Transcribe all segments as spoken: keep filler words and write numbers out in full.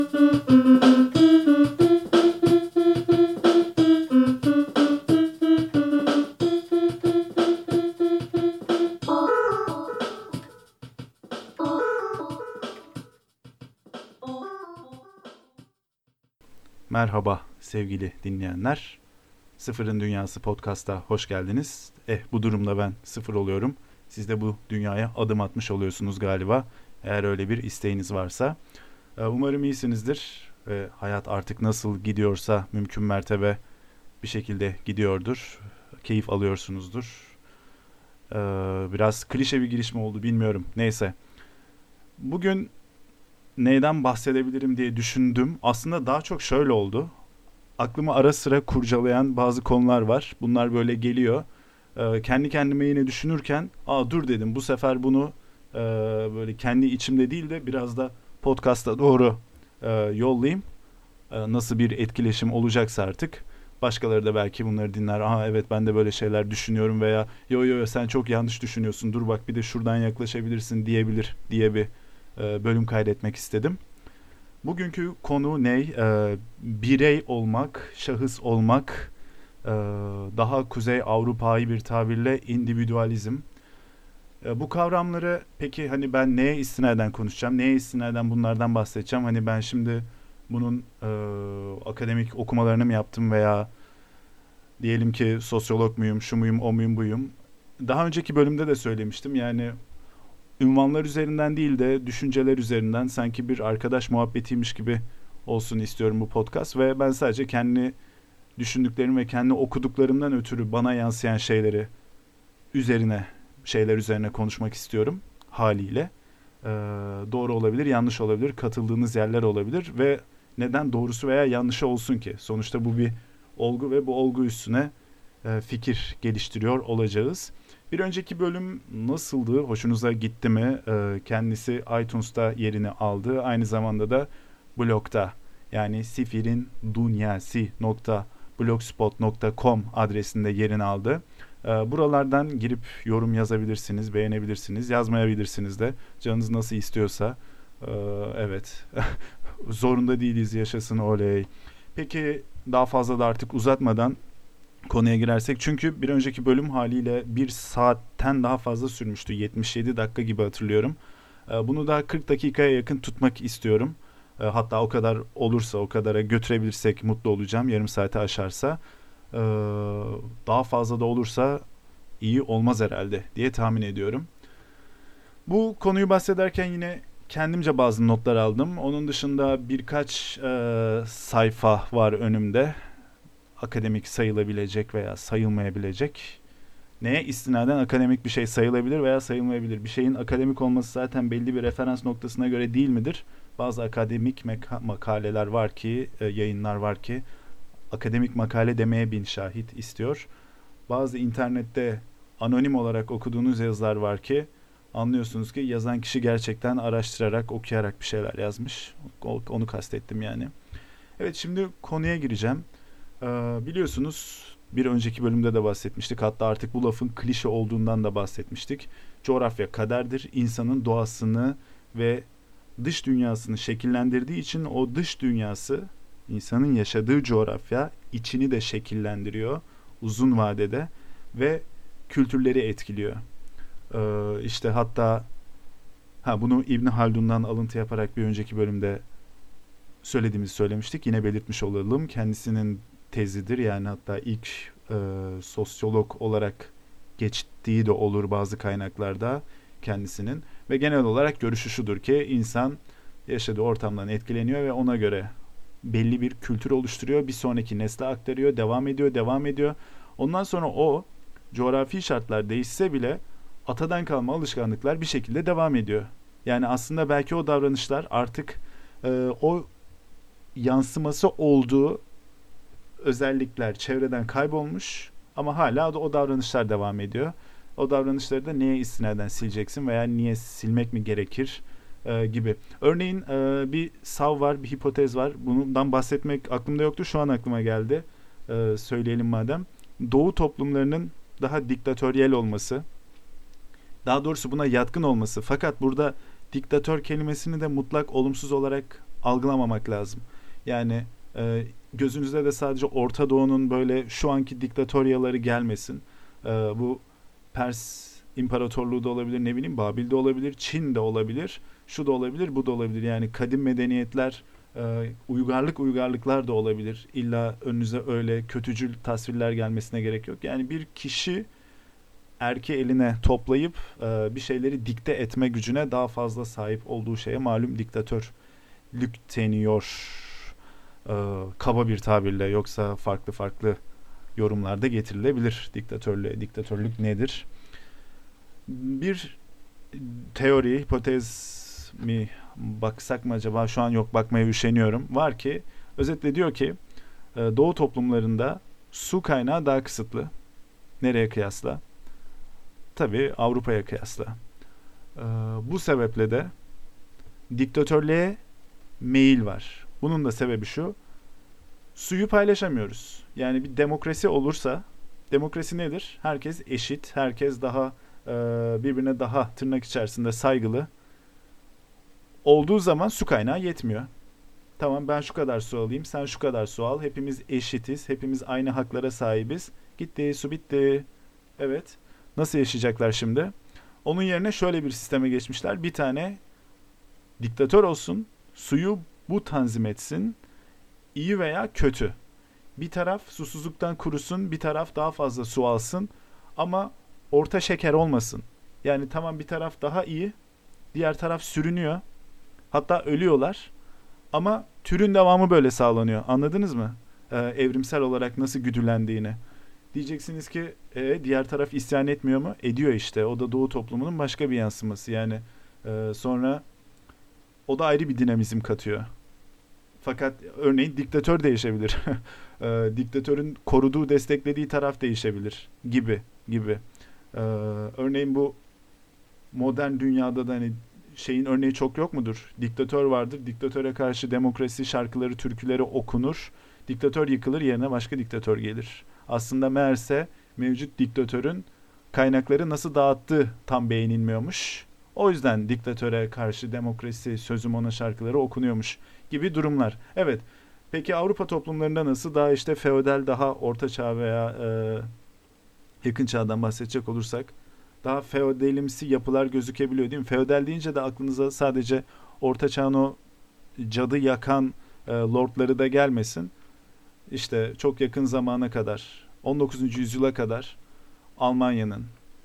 Merhaba sevgili dinleyenler. Sıfırın Dünyası podcast'a hoş geldiniz. Eh bu durumda ben sıfır oluyorum. Siz de bu dünyaya adım atmış oluyorsunuz galiba. Eğer öyle bir isteğiniz varsa. Umarım iyisinizdir. Ve hayat artık nasıl gidiyorsa mümkün mertebe bir şekilde gidiyordur. Keyif alıyorsunuzdur. Biraz klişe bir giriş mi oldu bilmiyorum. Neyse. Bugün neyden bahsedebilirim diye düşündüm. Aslında daha çok şöyle oldu. Aklıma ara sıra kurcalayan bazı konular var. Bunlar böyle geliyor. Ee, kendi kendime yine düşünürken, aa dur dedim bu sefer bunu e, böyle kendi içimde değil de biraz da podcast'a doğru e, yollayayım. E, nasıl bir etkileşim olacaksa artık. Başkaları da belki bunları dinler. Aha evet ben de böyle şeyler düşünüyorum veya yo yo yo sen çok yanlış düşünüyorsun. Dur bak bir de şuradan yaklaşabilirsin diyebilir diye bir e, bölüm kaydetmek istedim. Bugünkü konu ne? Ee, birey olmak, şahıs olmak, ee, daha Kuzey Avrupa'yı bir tabirle individualizm. Ee, bu kavramları peki hani ben neye istinaden konuşacağım, neye istinaden bunlardan bahsedeceğim? Hani ben şimdi bunun ee, akademik okumalarını mı yaptım veya diyelim ki sosyolog muyum, şu muyum, o muyum, buyum? Daha önceki bölümde de söylemiştim yani ünvanlar üzerinden değil de düşünceler üzerinden sanki bir arkadaş muhabbetiymiş gibi olsun istiyorum bu podcast ve ben sadece kendi düşündüklerim ve kendi okuduklarımdan ötürü bana yansıyan şeyleri üzerine şeyler üzerine konuşmak istiyorum haliyle. Ee, doğru olabilir, yanlış olabilir, katıldığınız yerler olabilir ve neden doğrusu veya yanlışı olsun ki? Sonuçta bu bir olgu ve bu olgu üstüne e, fikir geliştiriyor olacağız. Bir önceki bölüm nasıldı? Hoşunuza gitti mi? Ee, kendisi iTunes'ta yerini aldı. Aynı zamanda da blogda yani sifirin dunyası nokta blogspot nokta com adresinde yerini aldı. Ee, buralardan girip yorum yazabilirsiniz, beğenebilirsiniz, yazmayabilirsiniz de. Canınız nasıl istiyorsa. Ee, evet. Zorunda değiliz, yaşasın oley. Peki daha fazla da artık uzatmadan konuya girersek, çünkü bir önceki bölüm haliyle bir saatten daha fazla sürmüştü. yetmiş yedi dakika gibi hatırlıyorum. Bunu da kırk dakikaya yakın tutmak istiyorum. Hatta o kadar olursa, o kadara götürebilirsek mutlu olacağım. Yarım saate aşarsa. Daha fazla da olursa iyi olmaz herhalde diye tahmin ediyorum. Bu konuyu bahsederken yine kendimce bazı notlar aldım. Onun dışında birkaç e, sayfa var önümde. Akademik sayılabilecek veya sayılmayabilecek. Neye istinaden akademik bir şey sayılabilir veya sayılmayabilir? Bir şeyin akademik olması zaten belli bir referans noktasına göre değil midir? Bazı akademik meka- makaleler var ki, e, yayınlar var ki akademik makale demeye bin şahit istiyor. Bazı internette anonim olarak okuduğunuz yazılar var ki anlıyorsunuz ki yazan kişi gerçekten araştırarak, okuyarak bir şeyler yazmış. Onu kastettim yani. Evet, şimdi konuya gireceğim. Ee, biliyorsunuz bir önceki bölümde de bahsetmiştik. Hatta artık bu lafın klişe olduğundan da bahsetmiştik. Coğrafya kaderdir. İnsanın doğasını ve dış dünyasını şekillendirdiği için o dış dünyası insanın yaşadığı coğrafya içini de şekillendiriyor uzun vadede ve kültürleri etkiliyor. Ee, işte hatta ha bunu İbn Haldun'dan alıntı yaparak bir önceki bölümde söylediğimizi söylemiştik. Yine belirtmiş olalım. Kendisinin tezidir. Yani hatta ilk e, sosyolog olarak geçtiği de olur bazı kaynaklarda kendisinin. Ve genel olarak görüşü şudur ki insan yaşadığı ortamdan etkileniyor ve ona göre belli bir kültür oluşturuyor. Bir sonraki nesle aktarıyor. Devam ediyor, devam ediyor. Ondan sonra o coğrafi şartlar değişse bile atadan kalma alışkanlıklar bir şekilde devam ediyor. Yani aslında belki o davranışlar artık e, o yansıması olduğu özellikler çevreden kaybolmuş ama hala da o davranışlar devam ediyor. O davranışları da neye istinaden sileceksin veya niye silmek mi gerekir e, gibi. Örneğin e, bir sav var, bir hipotez var. Bundan bahsetmek aklımda yoktu. Şu an aklıma geldi. E, söyleyelim madem. Doğu toplumlarının daha diktatöryel olması, daha doğrusu buna yatkın olması. Fakat burada diktatör kelimesini de mutlak olumsuz olarak algılamamak lazım. Yani e, gözünüzde de sadece Orta Doğu'nun böyle şu anki diktatöryaları gelmesin. E, bu Pers İmparatorluğu da olabilir, ne bileyim Babil'de olabilir, Çin'de olabilir, şu da olabilir, bu da olabilir. Yani kadim medeniyetler, e, uygarlık uygarlıklar da olabilir. İlla önünüze öyle kötücül tasvirler gelmesine gerek yok. Yani bir kişi erki eline toplayıp e, bir şeyleri dikte etme gücüne daha fazla sahip olduğu şeye malum diktatörlük deniyor. E, kaba bir tabirle, yoksa farklı farklı yorumlarda getirilebilir diktatörlüğe. Diktatörlük nedir? Bir teori, hipotez mi baksak mı acaba? Şu an yok, bakmaya üşeniyorum. Var ki özetle diyor ki Doğu toplumlarında su kaynağı daha kısıtlı. Nereye kıyasla? Tabii Avrupa'ya kıyasla. Bu sebeple de diktatörlüğe meyil var. Bunun da sebebi şu: suyu paylaşamıyoruz. Yani bir demokrasi olursa, demokrasi nedir? Herkes eşit, herkes daha birbirine daha tırnak içerisinde saygılı olduğu zaman su kaynağı yetmiyor. Tamam, ben şu kadar su alayım, sen şu kadar su al. Hepimiz eşitiz, hepimiz aynı haklara sahibiz. Gitti, su bitti. Evet. Nasıl yaşayacaklar şimdi? Onun yerine şöyle bir sisteme geçmişler. Bir tane diktatör olsun, suyu bu tanzim etsin. İyi veya kötü. Bir taraf susuzluktan kurusun, bir taraf daha fazla su alsın. Ama orta şeker olmasın. Yani tamam, bir taraf daha iyi, diğer taraf sürünüyor. Hatta ölüyorlar. Ama türün devamı böyle sağlanıyor. Anladınız mı? Ee, evrimsel olarak nasıl güdülendiğini. Diyeceksiniz ki e, diğer taraf isyan etmiyor mu? Ediyor işte. O da Doğu toplumunun başka bir yansıması. Yani e, sonra o da ayrı bir dinamizm katıyor. Fakat örneğin diktatör değişebilir. e, diktatörün koruduğu, desteklediği taraf değişebilir gibi gibi. E, örneğin bu modern dünyada da hani şeyin örneği çok yok mudur? Diktatör vardır. Diktatöre karşı demokrasi şarkıları, türküleri okunur. Diktatör yıkılır, yerine başka diktatör gelir. Aslında meğerse mevcut diktatörün kaynakları nasıl dağıttığı tam beğenilmiyormuş. O yüzden diktatöre karşı demokrasi, sözüm ona şarkıları okunuyormuş gibi durumlar. Evet. Peki Avrupa toplumlarında nasıl? Daha işte feodal, daha orta çağ veya e, yakın çağdan bahsedecek olursak daha feodalimsi yapılar gözükebiliyor, değil mi? Feodal deyince de aklınıza sadece orta çağın o cadı yakan e, lordları da gelmesin. İşte çok yakın zamana kadar, on dokuzuncu yüzyıla kadar Almanya'nın,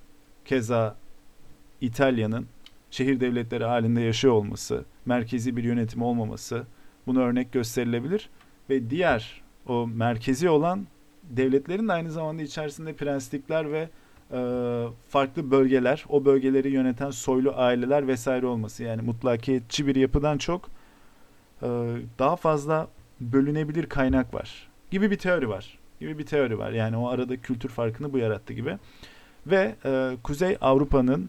keza İtalya'nın şehir devletleri halinde yaşıyor olması, merkezi bir yönetim olmaması, buna örnek gösterilebilir. Ve diğer o merkezi olan devletlerin de aynı zamanda içerisinde prenslikler ve e, farklı bölgeler, o bölgeleri yöneten soylu aileler vesaire olması. Yani mutlakiyetçi bir yapıdan çok e, daha fazla bölünebilir kaynak var gibi bir teori var. Gibi bir teori var. Yani o arada kültür farkını bu yarattı gibi. Ve e, Kuzey Avrupa'nın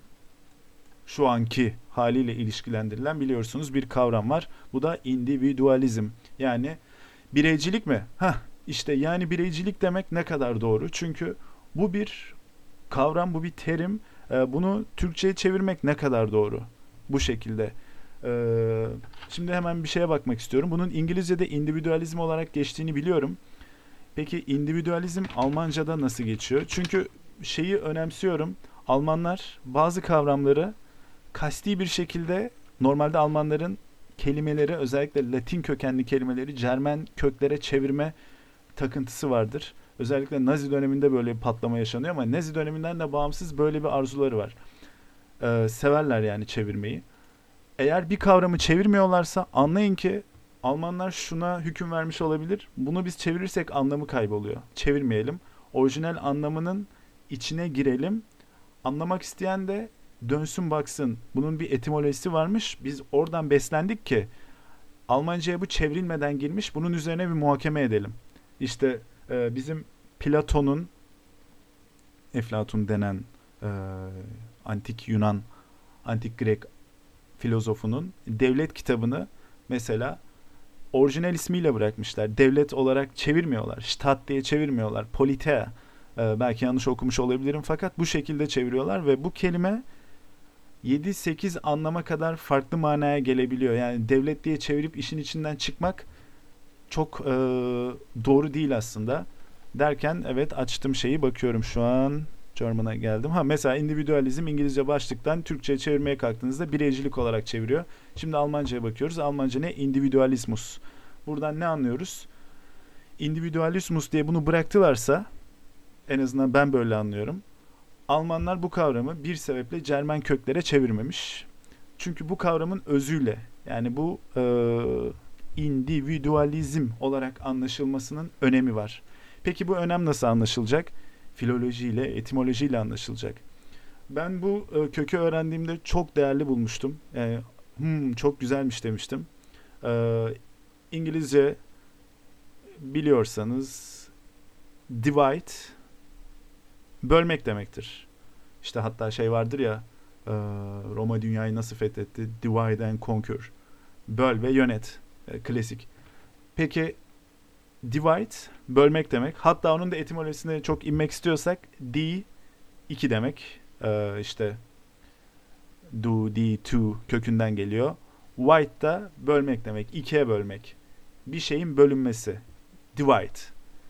şu anki haliyle ilişkilendirilen, biliyorsunuz, bir kavram var. Bu da individualizm. Yani bireycilik mi? Hah, işte yani bireycilik demek ne kadar doğru? Çünkü bu bir kavram, bu bir terim. E, bunu Türkçe'ye çevirmek ne kadar doğru? Bu şekilde. E, şimdi hemen bir şeye bakmak istiyorum. Bunun İngilizce'de individualizm olarak geçtiğini biliyorum. Peki individualizm Almanca'da nasıl geçiyor? Çünkü şeyi önemsiyorum. Almanlar bazı kavramları kasti bir şekilde, normalde Almanların kelimeleri, özellikle Latin kökenli kelimeleri Cermen köklere çevirme takıntısı vardır. Özellikle Nazi döneminde böyle bir patlama yaşanıyor ama Nazi döneminden de bağımsız böyle bir arzuları var. Ee, severler yani çevirmeyi. Eğer bir kavramı çevirmiyorlarsa anlayın ki Almanlar şuna hüküm vermiş olabilir: bunu biz çevirirsek anlamı kayboluyor. Çevirmeyelim. Orijinal anlamının içine girelim. Anlamak isteyen de dönsün baksın. Bunun bir etimolojisi varmış. Biz oradan beslendik ki Almanca'ya bu çevrilmeden girmiş. Bunun üzerine bir muhakeme edelim. İşte e, bizim Platon'un, Eflatun denen e, antik Yunan, antik Grek filozofunun devlet kitabını mesela orijinal ismiyle bırakmışlar. Devlet olarak çevirmiyorlar. Staat diye çevirmiyorlar. Politea. Ee, belki yanlış okumuş olabilirim fakat bu şekilde çeviriyorlar ve bu kelime yedi sekiz anlama kadar farklı manaya gelebiliyor. Yani devlet diye çevirip işin içinden çıkmak çok e, doğru değil aslında. Derken evet açtım şeyi, bakıyorum şu an. German'a geldim. Ha mesela individualizm İngilizce başlıktan Türkçe'ye çevirmeye kalktığınızda bireycilik olarak çeviriyor. Şimdi Almanca'ya bakıyoruz. Almanca ne? Individualismus. Buradan ne anlıyoruz? Individualismus diye bunu bıraktılarsa, en azından ben böyle anlıyorum, Almanlar bu kavramı bir sebeple Cermen köklere çevirmemiş. Çünkü bu kavramın özüyle, yani bu e, individualizm olarak anlaşılmasının önemi var. Peki bu önem nasıl anlaşılacak? Filolojiyle, etimolojiyle anlaşılacak. Ben bu e, kökü öğrendiğimde çok değerli bulmuştum. Yani, hmm, çok güzelmiş demiştim. E, İngilizce biliyorsanız divide bölmek demektir. İşte hatta şey vardır ya, e, Roma dünyayı nasıl fethetti? Divide and conquer. Böl ve yönet. E, klasik. Peki divide bölmek demek. Hatta onun da etimolojisine çok inmek istiyorsak d iki demek. E, işte do, di, to kökünden geliyor. White da bölmek demek. İkiye bölmek. Bir şeyin bölünmesi. Divide.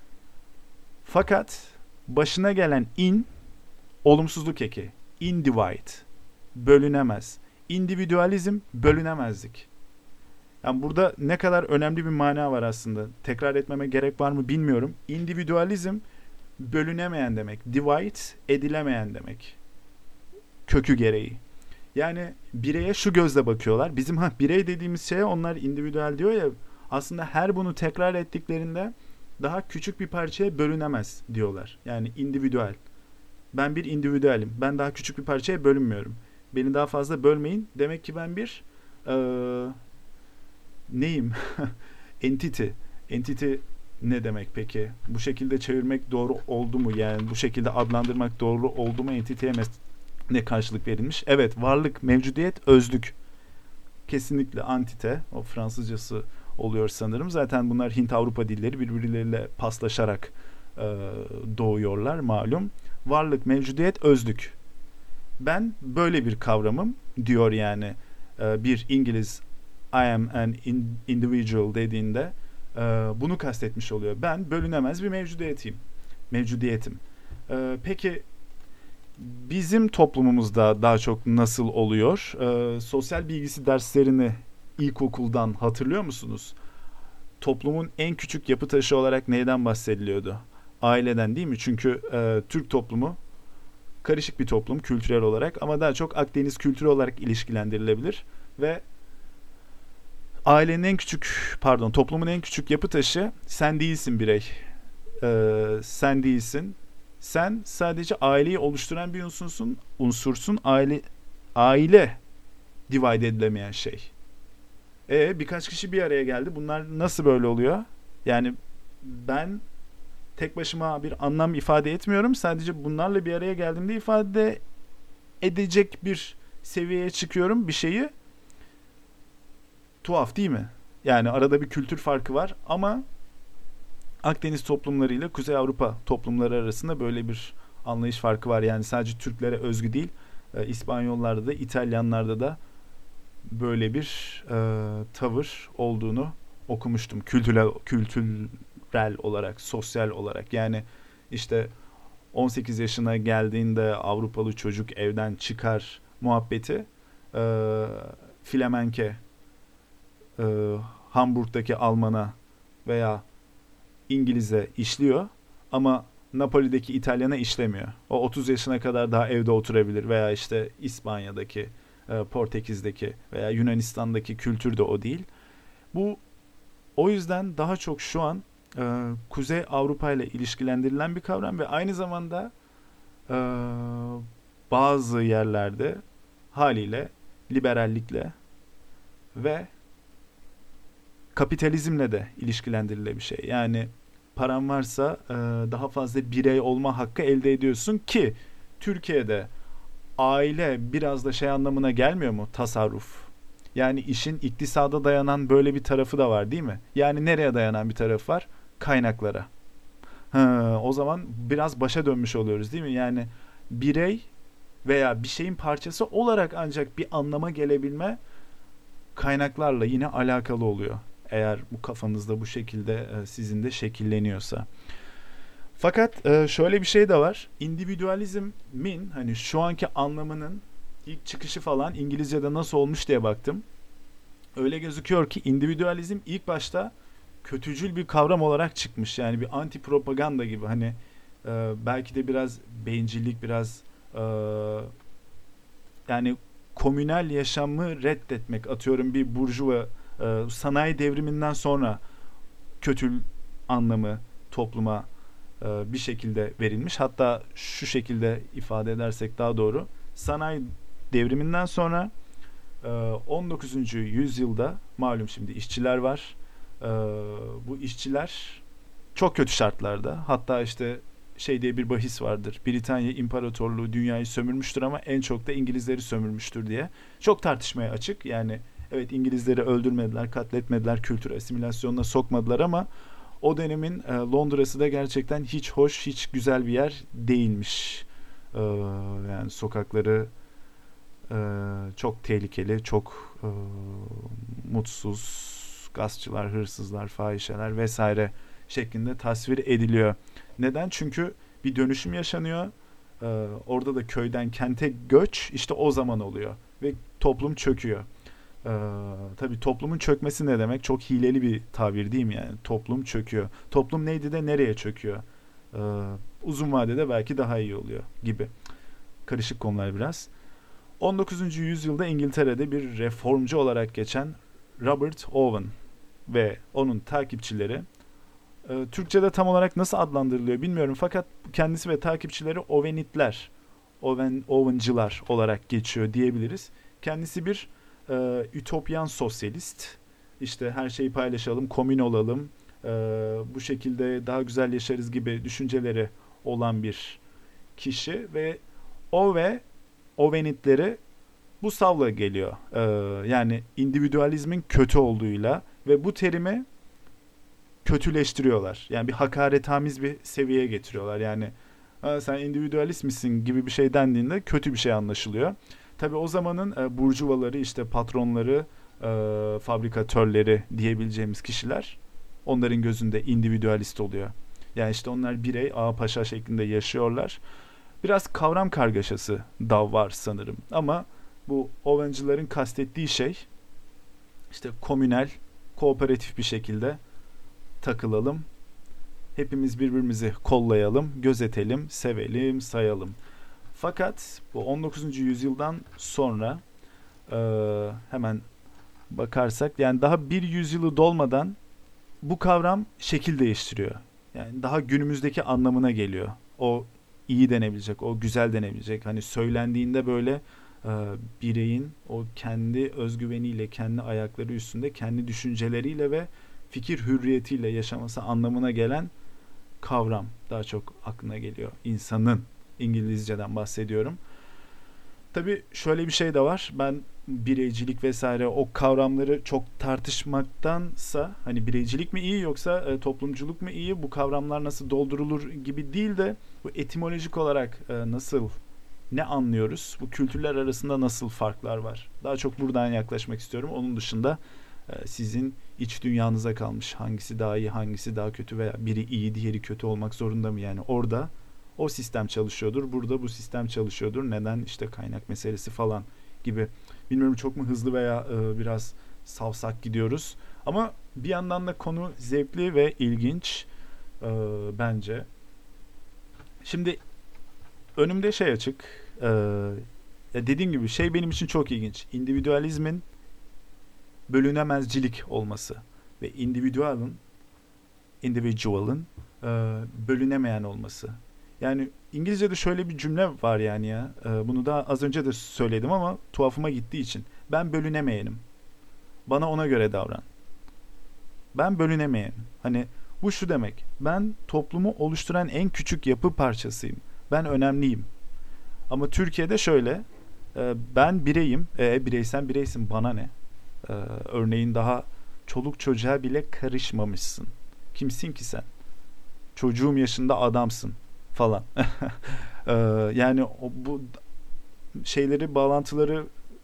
Fakat başına gelen in olumsuzluk eki. Individe. Bölünemez. Individualizm bölünemezlik. Yani burada ne kadar önemli bir mana var aslında. Tekrar etmeme gerek var mı bilmiyorum. Individualizm bölünemeyen demek. Divide edilemeyen demek. Kökü gereği. Yani bireye şu gözle bakıyorlar. Bizim ha birey dediğimiz şeye onlar individual diyor ya. Aslında her bunu tekrar ettiklerinde daha küçük bir parçaya bölünemez diyorlar. Yani individual. Ben bir individualim. Ben daha küçük bir parçaya bölünmüyorum. Beni daha fazla bölmeyin. Demek ki ben bir ee, neyim? Entity. Entity ne demek peki? Bu şekilde çevirmek doğru oldu mu? Yani bu şekilde adlandırmak doğru oldu mu? Entity'ye ne karşılık verilmiş? Evet, varlık, mevcudiyet, özlük. Kesinlikle antite. O Fransızcası oluyor sanırım. Zaten bunlar Hint-Avrupa dilleri birbirleriyle paslaşarak e, doğuyorlar malum. Varlık, mevcudiyet, özlük. Ben böyle bir kavramım diyor yani e, bir İngiliz I am an in- individual dediğinde e, bunu kastetmiş oluyor. Ben bölünemez bir mevcudiyetiyim. Mevcudiyetim. E, peki bizim toplumumuzda daha çok nasıl oluyor? E, sosyal bilgisi derslerini ilkokuldan hatırlıyor musunuz? Toplumun en küçük yapı taşı olarak neyden bahsediliyordu? Aileden, değil mi? Çünkü e, Türk toplumu karışık bir toplum kültürel olarak ama daha çok Akdeniz kültürü olarak ilişkilendirilebilir ve ailenin en küçük, pardon toplumun en küçük yapı taşı sen değilsin birey. Ee, sen değilsin. Sen sadece aileyi oluşturan bir unsursun. Unsursun. Aile aile divide edilemeyen şey. E birkaç kişi bir araya geldi. Bunlar nasıl böyle oluyor? Yani ben tek başıma bir anlam ifade etmiyorum. Sadece bunlarla bir araya geldiğimde ifade edecek bir seviyeye çıkıyorum bir şeyi. Tuhaf değil mi? Yani arada bir kültür farkı var ama Akdeniz toplumlarıyla Kuzey Avrupa toplumları arasında böyle bir anlayış farkı var. Yani sadece Türklere özgü değil, e, İspanyollarda da, İtalyanlarda da böyle bir e, tavır olduğunu okumuştum. Kültürel, kültürel olarak, sosyal olarak. Yani işte on sekiz yaşına geldiğinde Avrupalı çocuk evden çıkar muhabbeti e, Flemenke e, Hamburg'daki Alman'a veya İngiliz'e işliyor ama Napoli'deki İtalyan'a işlemiyor. O otuz yaşına kadar daha evde oturabilir veya işte İspanya'daki, e, Portekiz'deki veya Yunanistan'daki kültür de o değil. Bu o yüzden daha çok şu an e, Kuzey Avrupa ile ilişkilendirilen bir kavram ve aynı zamanda e, bazı yerlerde haliyle liberallikle ve kapitalizmle de ilişkilendirilen bir şey. Yani paran varsa e, daha fazla birey olma hakkı elde ediyorsun ki Türkiye'de aile biraz da şey anlamına gelmiyor mu? Tasarruf. Yani işin iktisada dayanan böyle bir tarafı da var değil mi? Yani nereye dayanan bir taraf var? Kaynaklara. Ha, o zaman biraz başa dönmüş oluyoruz değil mi? Yani birey veya bir şeyin parçası olarak ancak bir anlama gelebilme kaynaklarla yine alakalı oluyor. Eğer bu kafanızda bu şekilde e, sizin de şekilleniyorsa. Fakat e, şöyle bir şey de var. İndividüalizmin hani şu anki anlamının ilk çıkışı falan İngilizce'de nasıl olmuş diye baktım. Öyle gözüküyor ki individüalizm ilk başta kötücül bir kavram olarak çıkmış. Yani bir anti propaganda gibi, hani e, belki de biraz bencillik, biraz e, yani komünel yaşamı reddetmek, atıyorum bir burjuva e, sanayi devriminden sonra kötül anlamı topluma e, bir şekilde verilmiş. Hatta şu şekilde ifade edersek daha doğru. Sanayi devriminden sonra e, on dokuzuncu yüzyılda malum şimdi işçiler var. E, bu işçiler çok kötü şartlarda. Hatta işte şey diye bir bahis vardır. Britanya İmparatorluğu dünyayı sömürmüştür ama en çok da İngilizleri sömürmüştür diye. Çok tartışmaya açık. Yani evet, İngilizleri öldürmediler, katletmediler, kültür asimilasyonuna sokmadılar ama o dönemin e, Londra'sı da gerçekten hiç hoş, hiç güzel bir yer değilmiş. E, yani sokakları e, çok tehlikeli, çok e, mutsuz, gaspçılar, hırsızlar, fahişeler vesaire şeklinde tasvir ediliyor. Neden? Çünkü bir dönüşüm yaşanıyor. Ee, orada da köyden kente göç işte o zaman oluyor ve toplum çöküyor. Ee, tabii toplumun çökmesi ne demek? Çok hileli bir tabir değil mi yani? Toplum çöküyor. Toplum neydi de nereye çöküyor? Ee, uzun vadede belki daha iyi oluyor gibi. Karışık konular biraz. on dokuzuncu yüzyılda İngiltere'de bir reformcu olarak geçen Robert Owen ve onun takipçileri, e, Türkçe'de tam olarak nasıl adlandırılıyor bilmiyorum fakat kendisi ve takipçileri Owenitler, Owen, Owen'cılar olarak geçiyor diyebiliriz. Kendisi bir e, ütopyan sosyalist. İşte her şeyi paylaşalım, komün olalım, e, bu şekilde daha güzel yaşarız gibi düşünceleri olan bir kişi ve o ve Owenitleri bu savla geliyor. Ee, yani individüalizmin kötü olduğuyla ve bu terimi kötüleştiriyorlar. Yani bir hakaretamiz bir seviyeye getiriyorlar. Yani sen individüalist misin gibi bir şey dendiğinde kötü bir şey anlaşılıyor. Tabii o zamanın e, burjuvaları, işte patronları, e, fabrikatörleri diyebileceğimiz kişiler onların gözünde individüalist oluyor. Yani işte onlar birey, ağa paşa şeklinde yaşıyorlar. Biraz kavram kargaşası da var sanırım. Ama bu Owen'cıların kastettiği şey işte komünel, kooperatif bir şekilde takılalım. Hepimiz birbirimizi kollayalım, gözetelim, sevelim, sayalım. Fakat bu on dokuzuncu yüzyıldan sonra e, hemen bakarsak yani daha bir yüzyılı dolmadan bu kavram şekil değiştiriyor. Yani daha günümüzdeki anlamına geliyor. O iyi denebilecek, o güzel denebilecek. Hani söylendiğinde böyle e, bireyin o kendi özgüveniyle, kendi ayakları üstünde, kendi düşünceleriyle ve fikir hürriyetiyle yaşaması anlamına gelen kavram daha çok aklına geliyor. İnsanın, İngilizceden bahsediyorum. Tabii şöyle bir şey de var. Ben bireycilik vesaire o kavramları çok tartışmaktansa hani bireycilik mi iyi yoksa e, toplumculuk mu iyi, bu kavramlar nasıl doldurulur gibi değil de bu etimolojik olarak e, nasıl, ne anlıyoruz? Bu kültürler arasında nasıl farklar var? Daha çok buradan yaklaşmak istiyorum. Onun dışında e, sizin iç dünyanıza kalmış. Hangisi daha iyi, hangisi daha kötü veya biri iyi, diğeri kötü olmak zorunda mı? Yani orada o sistem çalışıyordur, burada bu sistem çalışıyordur. Neden? İşte kaynak meselesi falan gibi. Bilmiyorum çok mu hızlı veya e, biraz savsak gidiyoruz. Ama bir yandan da konu zevkli ve ilginç e, bence. Şimdi önümde şey açık. E, ya dediğim gibi şey benim için çok ilginç. İndividüalizmin bölünemezcilik olması ve individual'ın individual'ın e, bölünemeyen olması. Yani İngilizce'de şöyle bir cümle var yani ya. E, bunu daha az önce de söyledim ama tuhafıma gittiği için. Ben bölünemeyenim. Bana ona göre davran. Ben bölünemeyenim. Hani bu şu demek. Ben toplumu oluşturan en küçük yapı parçasıyım. Ben önemliyim. Ama Türkiye'de şöyle. E, ben bireyim. E, bireysen bireysin. Bana ne? E, örneğin daha çoluk çocuğa bile karışmamışsın. Kimsin ki sen? Çocuğum yaşında adamsın falan. ee, yani o, bu şeyleri, bağlantıları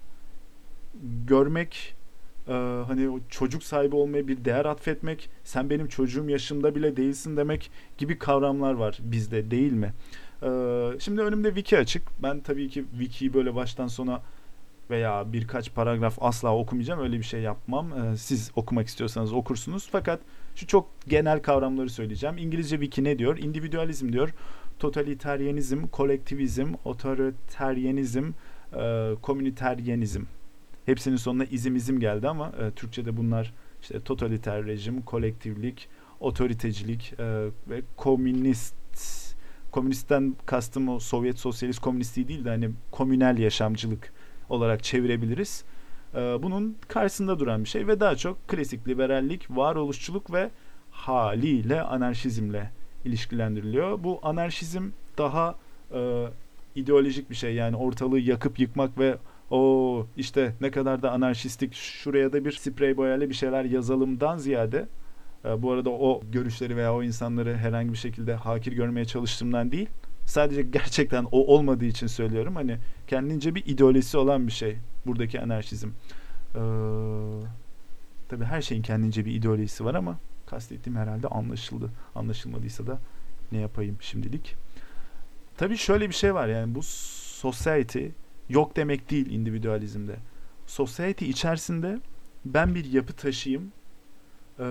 görmek, e, hani o çocuk sahibi olmaya bir değer atfetmek, sen benim çocuğum yaşında bile değilsin demek gibi kavramlar var bizde, değil mi? E, şimdi önümde wiki açık. Ben tabii ki wikiyi böyle baştan sona veya birkaç paragraf asla okumayacağım. Öyle bir şey yapmam. Ee, siz okumak istiyorsanız okursunuz. Fakat şu çok genel kavramları söyleyeceğim. İngilizce wiki ne diyor? İndividualizm diyor. Totaliteryenizm, kolektivizm, otoriteryenizm, e, komüniteryenizm. Hepsinin sonuna izim izim geldi ama e, Türkçe'de bunlar işte totaliter rejim, kolektivlik, otoritecilik e, ve komünist. Komünistten kastım o Sovyet sosyalist komünistliği değil de hani komünel yaşamcılık olarak çevirebiliriz. Ee, bunun karşısında duran bir şey ve daha çok klasik liberallik, varoluşçuluk ve haliyle anarşizmle ilişkilendiriliyor. Bu anarşizm daha e, ideolojik bir şey, yani ortalığı yakıp yıkmak ve o işte ne kadar da anarşistik, şuraya da bir sprey boyayla bir şeyler yazalımdan ziyade, e, bu arada o görüşleri veya o insanları herhangi bir şekilde hakir görmeye çalıştığımdan değil, sadece gerçekten o olmadığı için söylüyorum. Hani kendince bir ideolojisi olan bir şey buradaki anarşizm. Ee, tabii her şeyin kendince bir ideolojisi var ama kastettiğim herhalde anlaşıldı. Anlaşılmadıysa da ne yapayım şimdilik. Tabii şöyle bir şey var, yani bu society yok demek değil individualizmde. Society içerisinde ben bir yapı taşıyayım, e,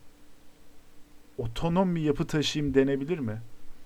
otonom bir yapı taşıyayım denebilir mi?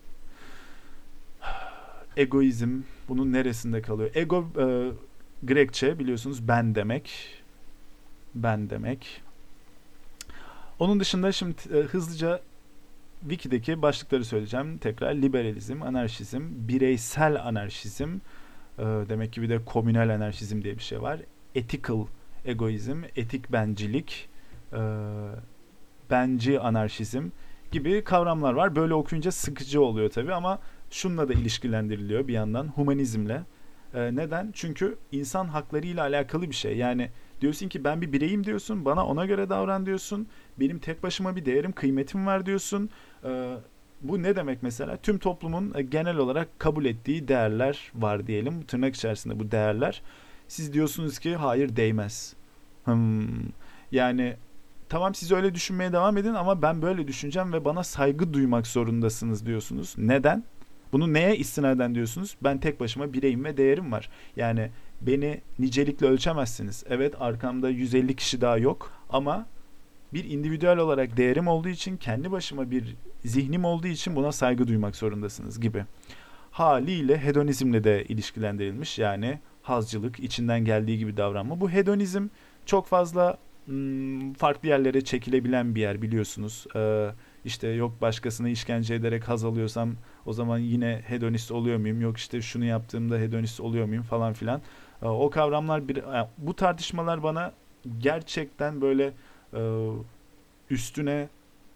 Egoizm bunun neresinde kalıyor? Ego e, Grekçe biliyorsunuz ben demek. Ben demek. Onun dışında şimdi e, hızlıca Wiki'deki başlıkları söyleyeceğim. Tekrar liberalizm, anarşizm, bireysel anarşizm, e, demek ki bir de komünel anarşizm diye bir şey var. Ethical egoizm, etik bencilik, e, benci anarşizm gibi kavramlar var. Böyle okuyunca sıkıcı oluyor tabii ama şununla da ilişkilendiriliyor bir yandan, humanizmle. Ee, neden? Çünkü insan hakları ile alakalı bir şey. Yani diyorsun ki ben bir bireyim diyorsun, bana ona göre davran diyorsun. Benim tek başıma bir değerim, kıymetim var diyorsun. Ee, bu ne demek mesela? Tüm toplumun e, genel olarak kabul ettiği değerler var diyelim. Tırnak içerisinde bu değerler. Siz diyorsunuz ki hayır değmez. Hmm. Yani tamam, siz öyle düşünmeye devam edin ama ben böyle düşüneceğim ve bana saygı duymak zorundasınız diyorsunuz. Neden? Bunu neye istinaden diyorsunuz? Ben tek başıma bireyim ve değerim var. Yani beni nicelikle ölçemezsiniz. Evet, arkamda yüz elli kişi daha yok ama bir individüel olarak değerim olduğu için, kendi başıma bir zihnim olduğu için buna saygı duymak zorundasınız gibi. Haliyle hedonizmle de ilişkilendirilmiş. Yani hazcılık, içinden geldiği gibi davranma. Bu hedonizm çok fazla hmm, farklı yerlere çekilebilen bir yer biliyorsunuz. Ee, işte yok başkasına işkence ederek haz alıyorsam o zaman yine hedonist oluyor muyum? Yok işte şunu yaptığımda hedonist oluyor muyum falan filan. Ee, o kavramlar bir, bu tartışmalar bana gerçekten böyle e, üstüne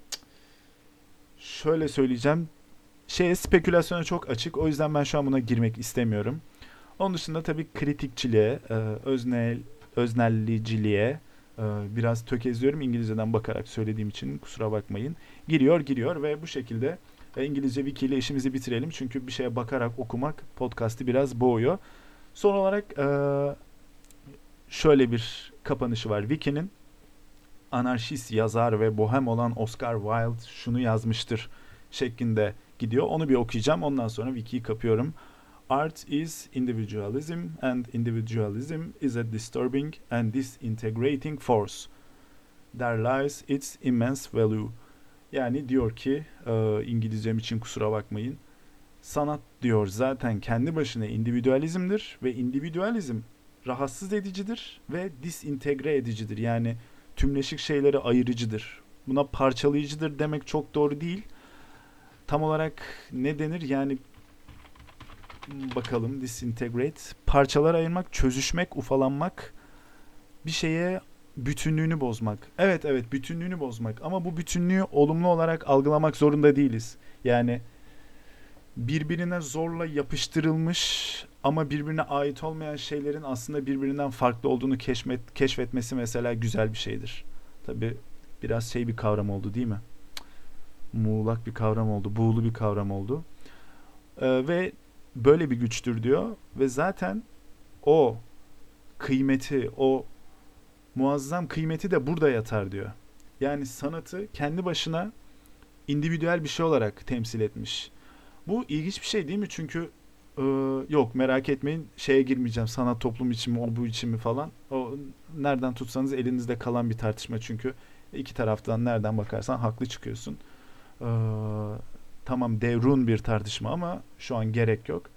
şöyle söyleyeceğim, şeye, spekülasyona çok açık. O yüzden ben şu an buna girmek istemiyorum. Onun dışında tabii kritikçiliğe, e, öznel, öznelliciliğe e, biraz tökezliyorum İngilizceden bakarak söylediğim için, kusura bakmayın. Giriyor giriyor ve bu şekilde e, İngilizce wiki ile işimizi bitirelim. Çünkü bir şeye bakarak okumak podcast'ı biraz boğuyor. Son olarak e, şöyle bir kapanışı var Wiki'nin. Anarşist yazar ve bohem olan Oscar Wilde şunu yazmıştır şeklinde gidiyor. Onu bir okuyacağım. Ondan sonra Wiki'yi kapıyorum. Art is individualism and individualism is a disturbing and disintegrating force. There lies its immense value. Yani diyor ki, e, İngilizcem için kusura bakmayın. Sanat diyor zaten kendi başına individualizmdir ve individualizm rahatsız edicidir ve disintegre edicidir. Yani tümleşik şeyleri ayırıcıdır. Buna parçalayıcıdır demek çok doğru değil. Tam olarak ne denir? Yani bakalım, disintegrate, parçalara ayırmak, çözüşmek, ufalanmak, bir şeye bütünlüğünü bozmak. Evet evet, bütünlüğünü bozmak ama bu bütünlüğü olumlu olarak algılamak zorunda değiliz. Yani birbirine zorla yapıştırılmış ama birbirine ait olmayan şeylerin aslında birbirinden farklı olduğunu keşfet, keşfetmesi mesela güzel bir şeydir. Tabii biraz şey bir kavram oldu değil mi? Muğlak bir kavram oldu, buğulu bir kavram oldu. Ee, ve böyle bir güçtür diyor ve zaten o kıymeti, o muazzam kıymeti de burada yatar diyor. Yani sanatı kendi başına individüel bir şey olarak temsil etmiş. Bu ilginç bir şey değil mi? Çünkü e, yok merak etmeyin şeye girmeyeceğim. Sanat toplum için mi o bu için mi falan. O nereden tutsanız elinizde kalan bir tartışma çünkü iki taraftan nereden bakarsan haklı çıkıyorsun. E, tamam devrun bir tartışma ama şu an gerek yok.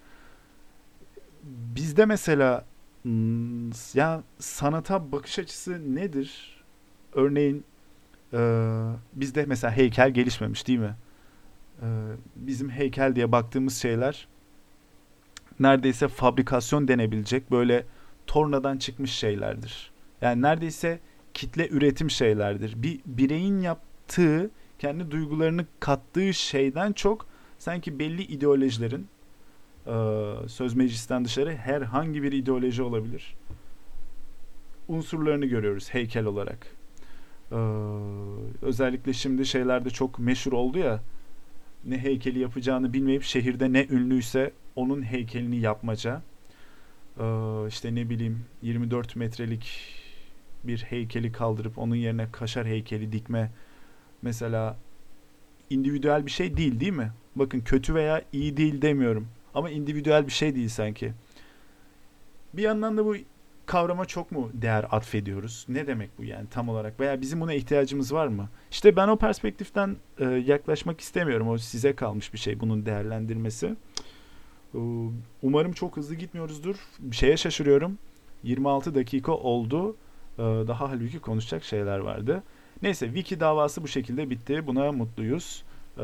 Bizde mesela hmm, ya sanata bakış açısı nedir? Örneğin e, bizde mesela heykel gelişmemiş değil mi? E, bizim heykel diye baktığımız şeyler neredeyse fabrikasyon denebilecek böyle tornadan çıkmış şeylerdir. Yani neredeyse kitle üretim şeylerdir. Bir bireyin yaptığı, kendi duygularını kattığı şeyden çok sanki belli ideolojilerin e, söz meclisten dışarı herhangi bir ideoloji olabilir. Unsurlarını görüyoruz heykel olarak. Ee, özellikle şimdi şeylerde çok meşhur oldu ya, ne heykeli yapacağını bilmeyip şehirde ne ünlüyse onun heykelini yapmaca. Ee, işte ne bileyim yirmi dört metrelik bir heykeli kaldırıp onun yerine kaşar heykeli dikme. Mesela individüel bir şey değil değil mi? Bakın kötü veya iyi değil demiyorum. Ama individüel bir şey değil sanki. Bir yandan da bu kavrama çok mu değer atfediyoruz? Ne demek bu yani tam olarak? Veya bizim buna ihtiyacımız var mı? İşte ben o perspektiften e, yaklaşmak istemiyorum. O size kalmış bir şey bunun değerlendirmesi. E, umarım çok hızlı gitmiyoruzdur. Bir şeye şaşırıyorum. yirmi altı dakika oldu. E, daha halbuki konuşacak şeyler vardı. Neyse Wiki davası bu şekilde bitti. Buna mutluyuz. E,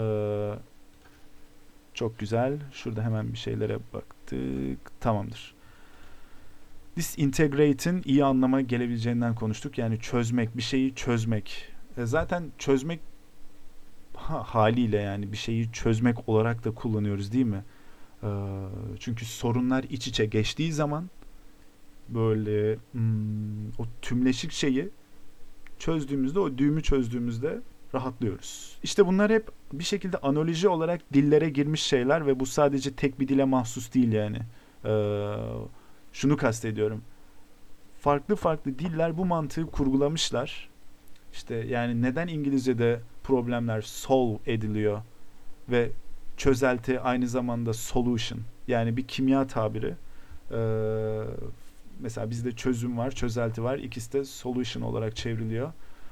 çok güzel. Şurada hemen bir şeylere baktık. Tamamdır. Disintegrate'in iyi anlama gelebileceğinden konuştuk. Yani çözmek, bir şeyi çözmek. E zaten çözmek ha, haliyle yani bir şeyi çözmek olarak da kullanıyoruz değil mi? E, çünkü sorunlar iç içe geçtiği zaman böyle hmm, o tümleşik şeyi çözdüğümüzde, o düğümü çözdüğümüzde rahatlıyoruz. İşte bunlar hep bir şekilde analoji olarak dillere girmiş şeyler ve bu sadece tek bir dile mahsus değil yani. Eee Şunu kastediyorum. Farklı farklı diller bu mantığı kurgulamışlar. İşte yani neden İngilizce'de problemler solve ediliyor ve çözelti aynı zamanda solution. Yani bir kimya tabiri. Ee, mesela bizde çözüm var, çözelti var. İkisi de solution olarak çevriliyor.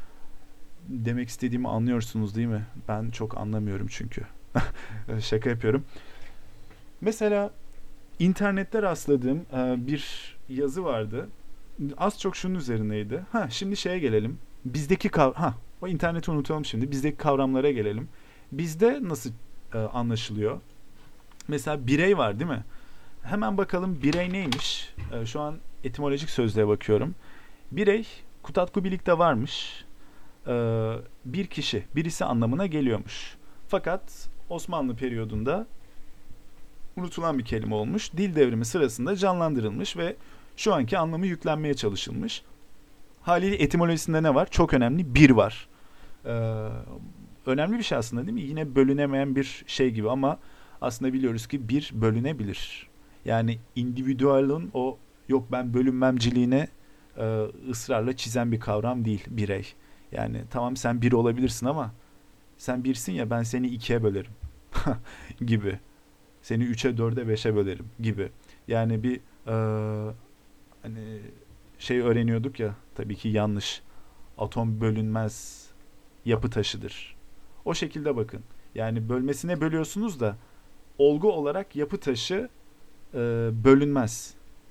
Demek istediğimi anlıyorsunuz değil mi? Ben çok anlamıyorum çünkü. Şaka yapıyorum. Mesela İnternette rastladığım e, bir yazı vardı. Az çok şunun üzerineydi. Ha, şimdi şeye gelelim. Bizdeki kav ha, o interneti unutalım şimdi. Bizdeki kavramlara gelelim. Bizde nasıl e, anlaşılıyor? Mesela birey var değil mi? Hemen bakalım birey neymiş? E, şu an etimolojik sözlüğe bakıyorum. Birey, Kutatku Bilik'te varmış. E, bir kişi, birisi anlamına geliyormuş. Fakat Osmanlı periyodunda unutulan bir kelime olmuş. Dil devrimi sırasında canlandırılmış ve şu anki anlamı yüklenmeye çalışılmış. Haliyle etimolojisinde ne var? Çok önemli. Bir var. Ee, önemli bir şey aslında değil mi? Yine bölünemeyen bir şey gibi ama aslında biliyoruz ki bir bölünebilir. Yani individualın o yok ben bölünmemciliğine e, ısrarla çizen bir kavram değil birey. Yani tamam sen bir olabilirsin ama sen birsin ya ben seni ikiye bölerim gibi. Seni üçe, dörde, beşe bölerim gibi. Yani bir e, hani şey öğreniyorduk ya tabii ki yanlış. Atom bölünmez yapı taşıdır. O şekilde bakın. Yani bölmesine bölüyorsunuz da olgu olarak yapı taşı e, bölünmez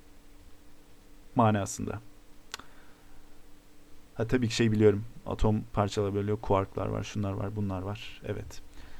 manasında. Ha tabii ki şey biliyorum. Atom parçalara bölüyor. Kuarklar var, şunlar var, bunlar var. Evet.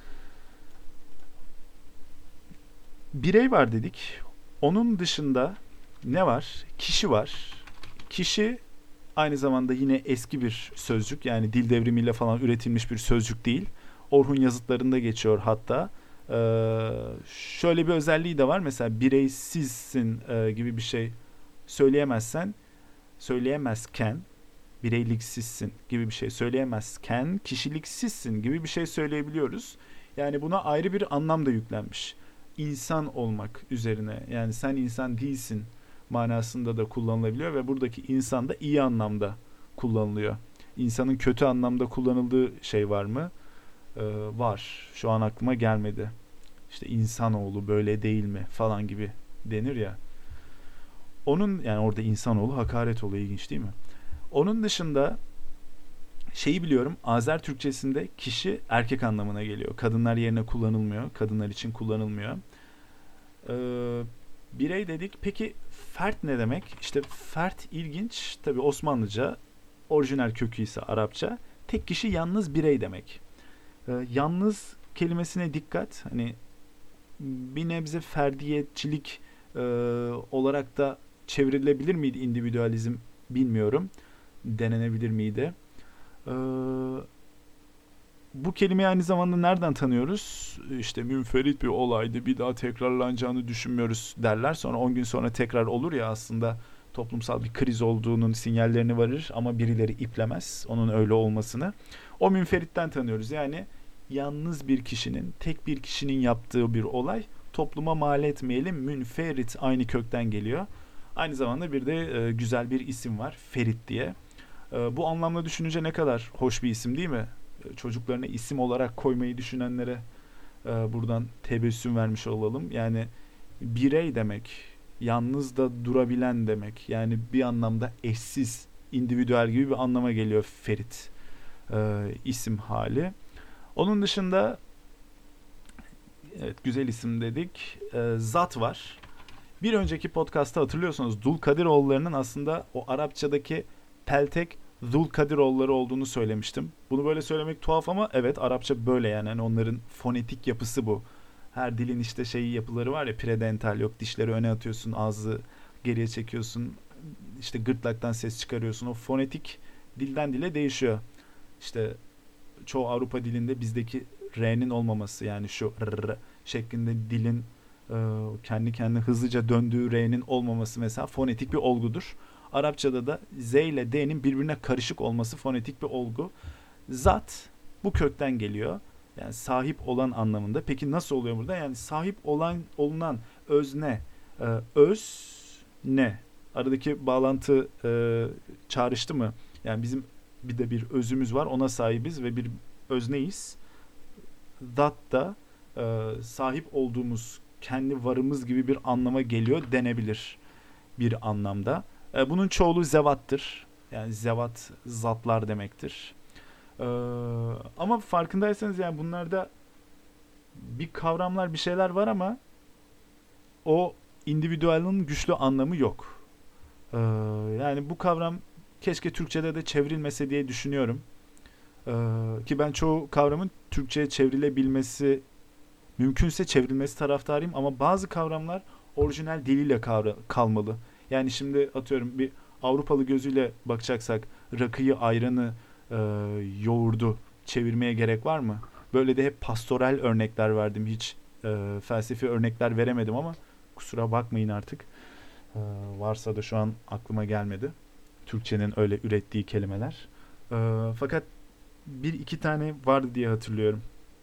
Birey var dedik. Onun dışında ne var? Kişi var. Kişi aynı zamanda yine eski bir sözcük. Yani dil devrimiyle falan üretilmiş bir sözcük değil. Orhun yazıtlarında geçiyor hatta. Ee, şöyle bir özelliği de var. Mesela bireysizsin e, gibi bir şey söyleyemezsen, söyleyemezken bireyliksizsin gibi bir şey söyleyemezken kişiliksizsin gibi bir şey söyleyebiliyoruz. Yani buna ayrı bir anlam da yüklenmiş. İnsan olmak üzerine. Yani sen insan değilsin. manasında da kullanılabiliyor ve buradaki insan da iyi anlamda kullanılıyor. İnsanın kötü anlamda kullanıldığı şey var mı? Ee, var. Şu an aklıma gelmedi. İşte insanoğlu böyle değil mi falan gibi denir ya. Onun yani orada insanoğlu hakaret oluyor, ilginç değil mi? Onun dışında şeyi biliyorum, Azer Türkçesinde kişi erkek anlamına geliyor. Kadınlar yerine kullanılmıyor. Kadınlar için kullanılmıyor. Ee, birey dedik. Peki fert ne demek? İşte fert ilginç. Tabii Osmanlıca, orijinal kökü ise Arapça. Tek kişi, yalnız birey demek. Ee, yalnız kelimesine dikkat. Hani bir nebze ferdiyetçilik e, olarak da çevrilebilir miydi individüalizm, bilmiyorum. Denenebilir miydi? Ee, bu kelimeyi aynı zamanda nereden tanıyoruz? İşte münferit bir olaydı, bir daha tekrarlanacağını düşünmüyoruz derler. Sonra on gün sonra tekrar olur ya, aslında toplumsal bir kriz olduğunun sinyallerini verir ama birileri iplemez onun öyle olmasını. O münferitten tanıyoruz. Yani yalnız bir kişinin, tek bir kişinin yaptığı bir olay, topluma mal etmeyelim. Münferit aynı kökten geliyor. Aynı zamanda bir de e, güzel bir isim var, Ferit diye. E, bu anlamda düşününce ne kadar hoş bir isim değil mi? E, çocuklarına isim olarak koymayı düşünenlere e, buradan tebessüm vermiş olalım. Yani birey demek, yalnız da durabilen demek. Yani bir anlamda eşsiz, individüel gibi bir anlama geliyor Ferit e, isim hali. Onun dışında evet, güzel isim dedik. E, zat var. Bir önceki podcast'ta hatırlıyorsanız Dulkadiroğulları'nın aslında o Arapçadaki peltek Dulkadiroğulları olduğunu söylemiştim. Bunu böyle söylemek tuhaf ama evet, Arapça böyle yani. Yani onların fonetik yapısı bu. Her dilin işte şeyi, yapıları var ya, predental, yok dişleri öne atıyorsun, ağzı geriye çekiyorsun, işte gırtlaktan ses çıkarıyorsun. O fonetik dilden dile değişiyor. İşte çoğu Avrupa dilinde bizdeki R'nin olmaması, yani şu R şeklinde dilin e, kendi kendine hızlıca döndüğü R'nin olmaması mesela fonetik bir olgudur. Arapçada da Z ile D'nin birbirine karışık olması fonetik bir olgu. Zat bu kökten geliyor. Yani sahip olan anlamında. Peki nasıl oluyor burada? Yani sahip olan, olunan özne, e, öz ne? Aradaki bağlantı e, çağrıştı mı? Yani bizim bir de bir özümüz var, ona sahibiz ve bir özneyiz. Zat da e, sahip olduğumuz kendi varımız gibi bir anlama geliyor denebilir bir anlamda. E, bunun çoğulu zevattır. Yani zevat zatlar demektir. E, ama farkındaysanız yani bunlarda bir kavramlar, bir şeyler var ama o individualın güçlü anlamı yok. E, yani bu kavram keşke Türkçe'de de çevrilmese diye düşünüyorum. E, ki ben çoğu kavramın Türkçe'ye çevrilebilmesi, mümkünse çevrilmesi taraftarıyım ama bazı kavramlar orijinal diliyle kavra- kalmalı. Yani şimdi atıyorum bir Avrupalı gözüyle bakacaksak rakıyı, ayranı, e, yoğurdu çevirmeye gerek var mı? Böyle de hep pastoral örnekler verdim. Hiç e, felsefi örnekler veremedim ama kusura bakmayın artık. E, varsa da şu an aklıma gelmedi. Türkçenin öyle ürettiği kelimeler. E, fakat bir iki tane vardı diye hatırlıyorum.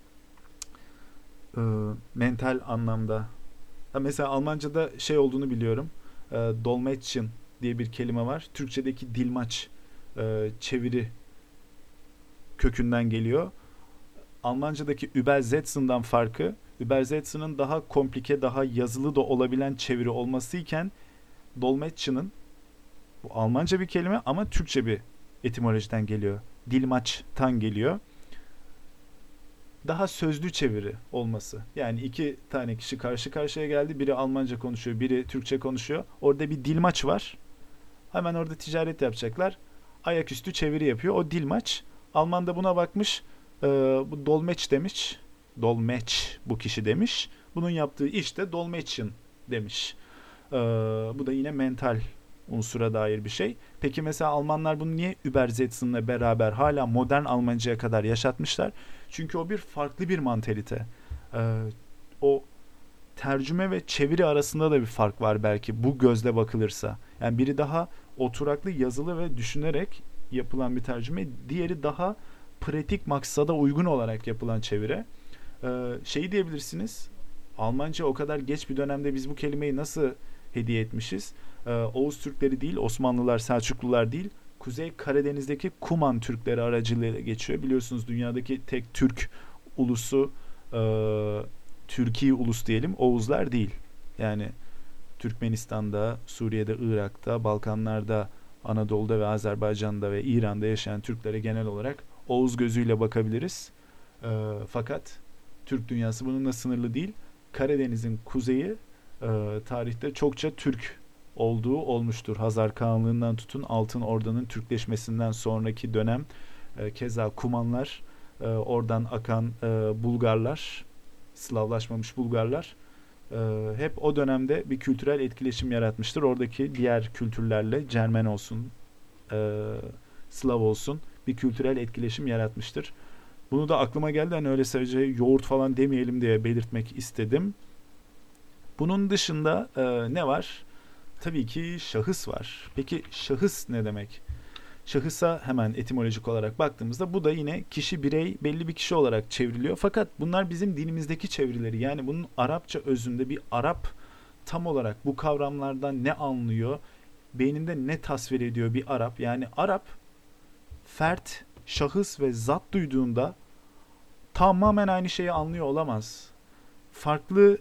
E, mental anlamda. Ha, mesela Almanca'da şey olduğunu biliyorum. E, Dolmetschen diye bir kelime var. Türkçedeki dilmaç e, çeviri kökünden geliyor. Almanca'daki Übersetzen'dan farkı, Übersetzen'ın daha komplike, daha yazılı da olabilen çeviri olmasıyken Dolmetschen'ın, bu Almanca bir kelime ama Türkçe bir etimolojiden geliyor. Dilmaçtan geliyor. Daha sözlü çeviri olması. Yani iki tane kişi karşı karşıya geldi. Biri Almanca konuşuyor, biri Türkçe konuşuyor. Orada bir dilmaç var. Hemen orada ticaret yapacaklar. Ayaküstü çeviri yapıyor. O dilmaç. Alman da buna bakmış. E, bu dolmeç demiş. Dolmeç bu kişi demiş. Bunun yaptığı iş de dolmetschen demiş. E, bu da yine mental unsura dair bir şey. Peki mesela Almanlar bunu niye Übersetzen'le beraber hala modern Almanca'ya kadar yaşatmışlar? Çünkü o bir farklı bir mantalite. Ee, o tercüme ve çeviri arasında da bir fark var belki bu gözle bakılırsa. Yani biri daha oturaklı, yazılı ve düşünerek yapılan bir tercüme, diğeri daha pratik maksada uygun olarak yapılan çeviri. Ee, şeyi diyebilirsiniz. Almanca o kadar geç bir dönemde biz bu kelimeyi nasıl hediye etmişiz. Ee, Oğuz Türkleri değil, Osmanlılar, Selçuklular değil, Kuzey Karadeniz'deki Kuman Türkleri aracılığıyla geçiyor. Biliyorsunuz dünyadaki tek Türk ulusu e, Türkiye ulus diyelim, Oğuzlar değil. Yani Türkmenistan'da, Suriye'de, Irak'ta, Balkanlar'da, Anadolu'da ve Azerbaycan'da ve İran'da yaşayan Türklere genel olarak Oğuz gözüyle bakabiliriz. E, fakat Türk dünyası bununla sınırlı değil. Karadeniz'in kuzeyi e, tarihte çokça Türk olduğu olmuştur. Hazar Kağanlığı'ndan tutun Altın Orda'nın Türkleşmesinden sonraki dönem e, keza Kumanlar, e, oradan akan e, Bulgarlar, Slavlaşmamış Bulgarlar e, hep o dönemde bir kültürel etkileşim yaratmıştır. Oradaki diğer kültürlerle Cermen olsun, e, Slav olsun bir kültürel etkileşim yaratmıştır. Bunu da aklıma geldi. Hani öyle sadece yoğurt falan demeyelim diye belirtmek istedim. Bunun dışında e, ne var? Tabii ki şahıs var. Peki şahıs ne demek? Şahısa hemen etimolojik olarak baktığımızda bu da yine kişi, birey, belli bir kişi olarak çevriliyor. Fakat bunlar bizim dilimizdeki çevirileri. Yani bunun Arapça özünde bir Arap tam olarak bu kavramlardan ne anlıyor? Beyninde ne tasvir ediyor bir Arap? Yani Arap fert, şahıs ve zat duyduğunda tamamen aynı şeyi anlıyor olamaz. Farklı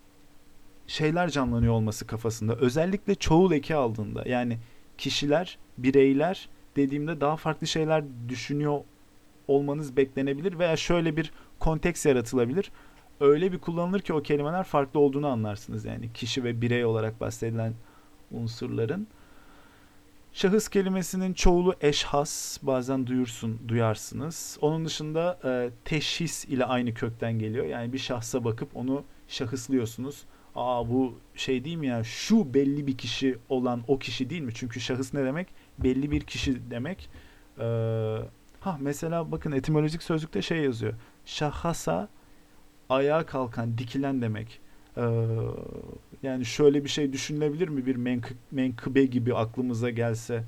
şeyler canlanıyor olması kafasında. Özellikle çoğul eki aldığında, yani kişiler, bireyler dediğimde daha farklı şeyler düşünüyor olmanız beklenebilir veya şöyle bir konteks yaratılabilir. Öyle bir kullanılır ki o kelimeler farklı olduğunu anlarsınız. Yani kişi ve birey olarak bahsedilen unsurların. Şahıs kelimesinin çoğulu eşhas, bazen duyursun, duyarsınız. Onun dışında e, teşhis ile aynı kökten geliyor. Yani bir şahsa bakıp onu şahıslıyorsunuz. Aa bu şey değil mi ya, şu belli bir kişi olan o kişi değil mi? Çünkü şahıs ne demek? Belli bir kişi demek. Ee, ha mesela bakın etimolojik sözlükte şey yazıyor. Şahasa ayağa kalkan, dikilen demek. Ee, yani şöyle bir şey düşünülebilir mi? Bir menkı, menkıbe gibi aklımıza gelse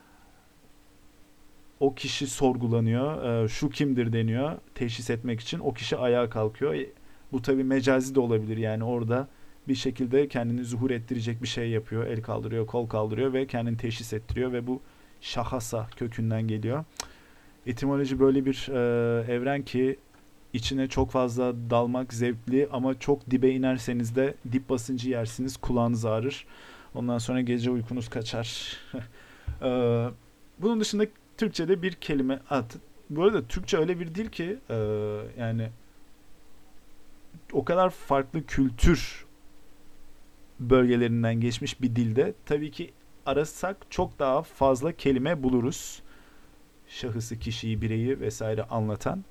o kişi sorgulanıyor. Ee, şu kimdir deniyor teşhis etmek için. O kişi ayağa kalkıyor. E, bu tabii mecazi de olabilir. Yani orada bir şekilde kendini zuhur ettirecek bir şey yapıyor. El kaldırıyor, kol kaldırıyor ve kendini teşhis ettiriyor ve bu şahasa kökünden geliyor. Etimoloji böyle bir e, evren ki içine çok fazla dalmak zevkli ama çok dibe inerseniz de dip basıncı yersiniz, kulağınız ağrır. Ondan sonra gece uykunuz kaçar. Ee, bunun dışında Türkçe'de bir kelime at. Bu arada Türkçe öyle bir dil ki e, yani o kadar farklı kültür bölgelerinden geçmiş bir dilde tabii ki arasak çok daha fazla kelime buluruz. Şahısı, kişiyi, bireyi vesaire anlatan.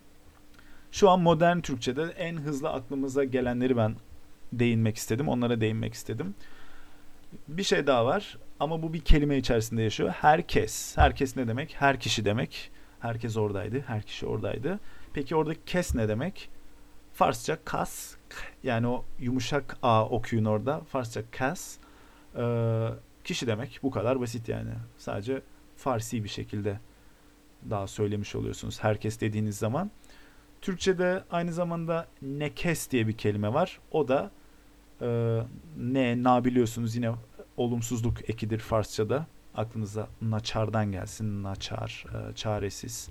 Şu an modern Türkçe'de en hızlı aklımıza gelenleri ben değinmek istedim. Onlara değinmek istedim. Bir şey daha var ama bu bir kelime içerisinde yaşıyor. Herkes. Herkes ne demek? Her kişi demek. Herkes oradaydı. Her kişi oradaydı. Peki orada kes ne demek? Farsça kas. Yani o yumuşak A okuyun orada. Farsça kas. Ee, kişi demek. Bu kadar basit yani. Sadece Farsi bir şekilde daha söylemiş oluyorsunuz. Herkes dediğiniz zaman. Türkçe'de aynı zamanda nekes diye bir kelime var. O da e, ne, na biliyorsunuz yine olumsuzluk ekidir Farsça'da. Aklınıza naçardan gelsin. Naçar, e, çaresiz.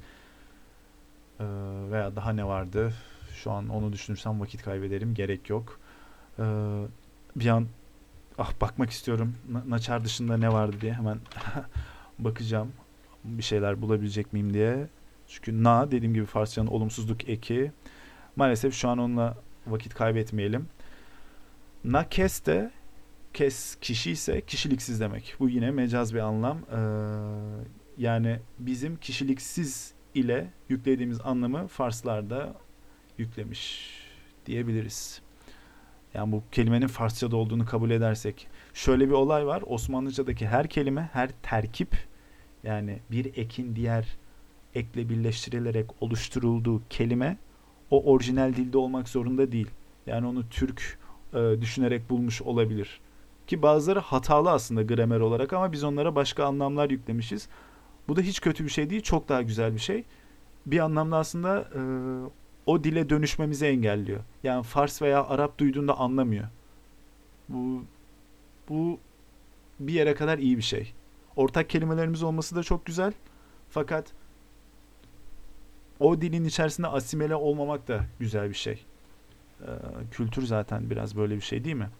E, veya daha ne vardı? Şu an onu düşünürsem vakit kaybederim. Gerek yok. E, bir an ah bakmak istiyorum. Na, naçar dışında ne vardı diye hemen bakacağım. Bir şeyler bulabilecek miyim diye. Çünkü na dediğim gibi Farsçanın olumsuzluk eki. Maalesef şu an onunla vakit kaybetmeyelim. Na kes de kes kişi ise kişiliksiz demek. Bu yine mecaz bir anlam. Ee, yani bizim kişiliksiz ile yüklediğimiz anlamı Farslar da yüklemiş diyebiliriz. Yani bu kelimenin Farsçada olduğunu kabul edersek. Şöyle bir olay var. Osmanlıcadaki her kelime, her terkip yani bir ekin diğer ekle birleştirilerek oluşturulduğu kelime o orijinal dilde olmak zorunda değil. Yani onu Türk e, düşünerek bulmuş olabilir. Ki bazıları hatalı aslında gramer olarak ama biz onlara başka anlamlar yüklemişiz. Bu da hiç kötü bir şey değil, çok daha güzel bir şey. Bir anlamda aslında e, o dile dönüşmemizi engelliyor. Yani Fars veya Arap duyduğunda anlamıyor. Bu Bu bir yere kadar iyi bir şey. Ortak kelimelerimiz olması da çok güzel. Fakat o dilin içerisinde asimile olmamak da güzel bir şey. Ee, kültür zaten biraz böyle bir şey değil mi?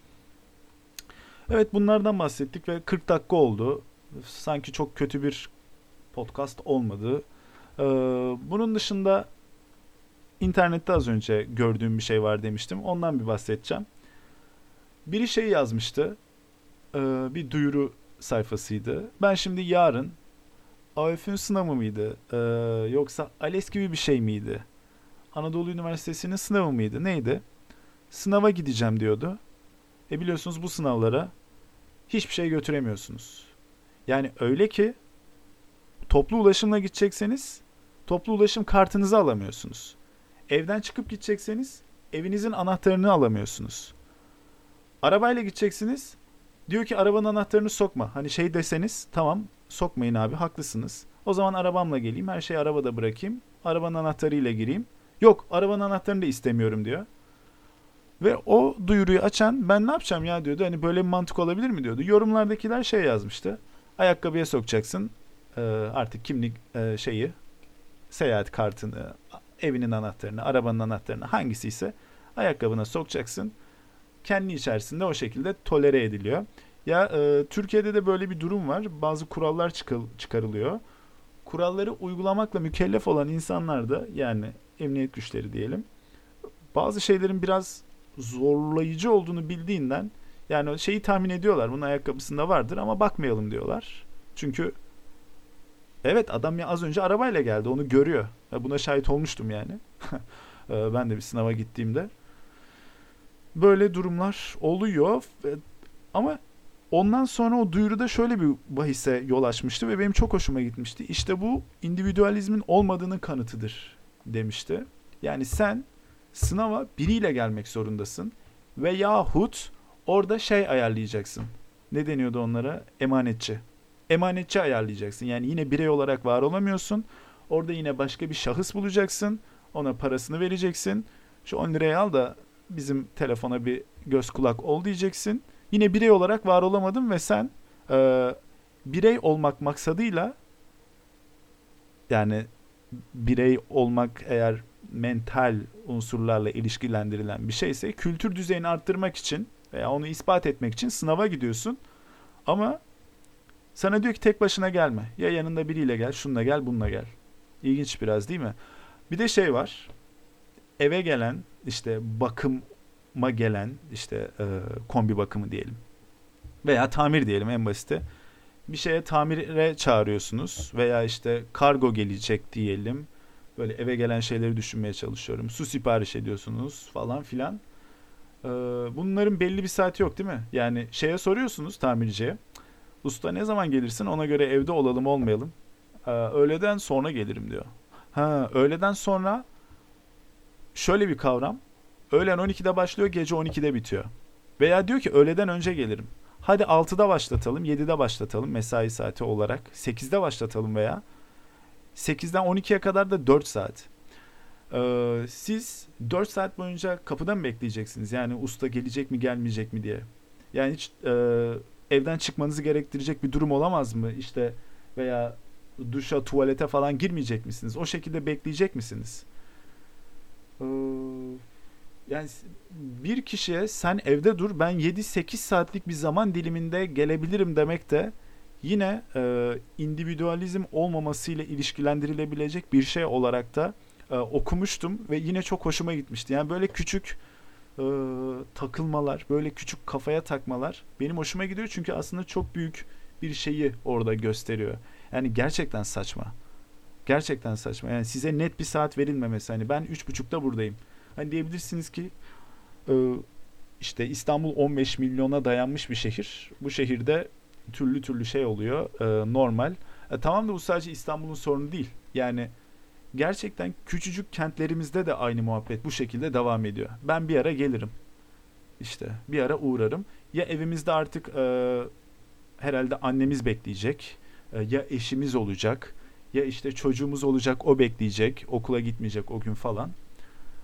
Evet, bunlardan bahsettik ve kırk dakika oldu. Sanki çok kötü bir podcast olmadı. Ee, bunun dışında internette az önce gördüğüm bir şey var demiştim. Ondan bir bahsedeceğim. Biri şey yazmıştı. Ee, bir duyuru sayfasıydı. Ben şimdi yarın A F Ün sınavı mıydı? Ee, yoksa ALES gibi bir şey miydi? Anadolu Üniversitesi'nin sınavı mıydı? Neydi? Sınava gideceğim diyordu. E biliyorsunuz bu sınavlara hiçbir şey götüremiyorsunuz. Yani öyle ki toplu ulaşımla gidecekseniz toplu ulaşım kartınızı alamıyorsunuz. Evden çıkıp gidecekseniz evinizin anahtarını alamıyorsunuz. Arabayla gideceksiniz. Diyor ki arabanın anahtarını sokma. Hani şey deseniz tamam, sokmayın abi, haklısınız. O zaman arabamla geleyim, her şeyi arabada bırakayım. Arabanın anahtarıyla gireyim. Yok, arabanın anahtarını da istemiyorum diyor. Ve o duyuruyu açan ben ne yapacağım ya diyordu. Hani böyle bir mantık olabilir mi diyordu. Yorumlardakiler şey yazmıştı. Ayakkabıya sokacaksın e, artık kimlik e, şeyi, seyahat kartını, evinin anahtarını, arabanın anahtarını, hangisi ise ayakkabına sokacaksın. Kendi içerisinde o şekilde tolere ediliyor. Ya e, Türkiye'de de böyle bir durum var. Bazı kurallar çıkıl, çıkarılıyor. Kuralları uygulamakla mükellef olan insanlar da, yani emniyet güçleri diyelim, bazı şeylerin biraz zorlayıcı olduğunu bildiğinden, yani şeyi tahmin ediyorlar. Bunun ayakkabısında vardır ama bakmayalım diyorlar. Çünkü evet, adam ya az önce arabayla geldi, onu görüyor. Buna şahit olmuştum yani. Ben de bir sınava gittiğimde. Böyle durumlar oluyor. Ama ondan sonra o duyuruda şöyle bir bahise yol açmıştı ve benim çok hoşuma gitmişti. İşte bu individualizmin olmadığının kanıtıdır demişti. Yani sen sınava biriyle gelmek zorundasın ve yahut orada şey ayarlayacaksın. Ne deniyordu onlara? Emanetçi. Emanetçi ayarlayacaksın. Yani yine birey olarak var olamıyorsun. Orada yine başka bir şahıs bulacaksın. Ona parasını vereceksin. Şu on liraya al da bizim telefona bir göz kulak ol diyeceksin. Yine birey olarak var olamadın ve sen e, birey olmak maksadıyla, yani birey olmak eğer mental unsurlarla ilişkilendirilen bir şeyse, kültür düzeyini arttırmak için veya onu ispat etmek için sınava gidiyorsun. Ama sana diyor ki tek başına gelme. Ya yanında biriyle gel, şununla gel, bununla gel. İlginç biraz değil mi? Bir de şey var. Eve gelen, işte bakıma gelen, işte e, kombi bakımı diyelim. Veya tamir diyelim en basiti. Bir şeye tamire çağırıyorsunuz veya işte kargo gelecek diyelim. Böyle eve gelen şeyleri düşünmeye çalışıyorum. Su sipariş ediyorsunuz falan filan. Ee, bunların belli bir saati yok değil mi? Yani şeye soruyorsunuz, tamirciye. Usta ne zaman gelirsin, ona göre evde olalım olmayalım. Ee, öğleden sonra gelirim diyor. Ha, öğleden sonra şöyle bir kavram. Öğlen on ikide başlıyor, gece on ikide bitiyor. Veya diyor ki öğleden önce gelirim. Hadi altıda başlatalım, yedide başlatalım mesai saati olarak. sekizde başlatalım veya sekizden on ikiye kadar da dört saat. Ee, siz dört saat boyunca kapıda mı bekleyeceksiniz? Yani usta gelecek mi gelmeyecek mi diye. Yani hiç e, evden çıkmanızı gerektirecek bir durum olamaz mı? İşte veya duşa, tuvalete falan girmeyecek misiniz? O şekilde bekleyecek misiniz? Ee, yani bir kişiye sen evde dur, ben yedi sekiz saatlik bir zaman diliminde gelebilirim demek de yine e, individualizm olmamasıyla ilişkilendirilebilecek bir şey olarak da e, okumuştum ve yine çok hoşuma gitmişti. Yani böyle küçük e, takılmalar, böyle küçük kafaya takmalar benim hoşuma gidiyor çünkü aslında çok büyük bir şeyi orada gösteriyor. Yani gerçekten saçma. Gerçekten saçma. Yani size net bir saat verilmemesi. Hani ben üç buçukta buradayım. Hani diyebilirsiniz ki e, işte İstanbul on beş milyona dayanmış bir şehir. Bu şehirde türlü türlü şey oluyor. E, normal. E, tamam da bu sadece İstanbul'un sorunu değil. Yani gerçekten küçücük kentlerimizde de aynı muhabbet bu şekilde devam ediyor. Ben bir ara gelirim. İşte bir ara uğrarım. Ya evimizde artık e, herhalde annemiz bekleyecek. E, ya eşimiz olacak. Ya işte çocuğumuz olacak, o bekleyecek. Okula gitmeyecek o gün falan.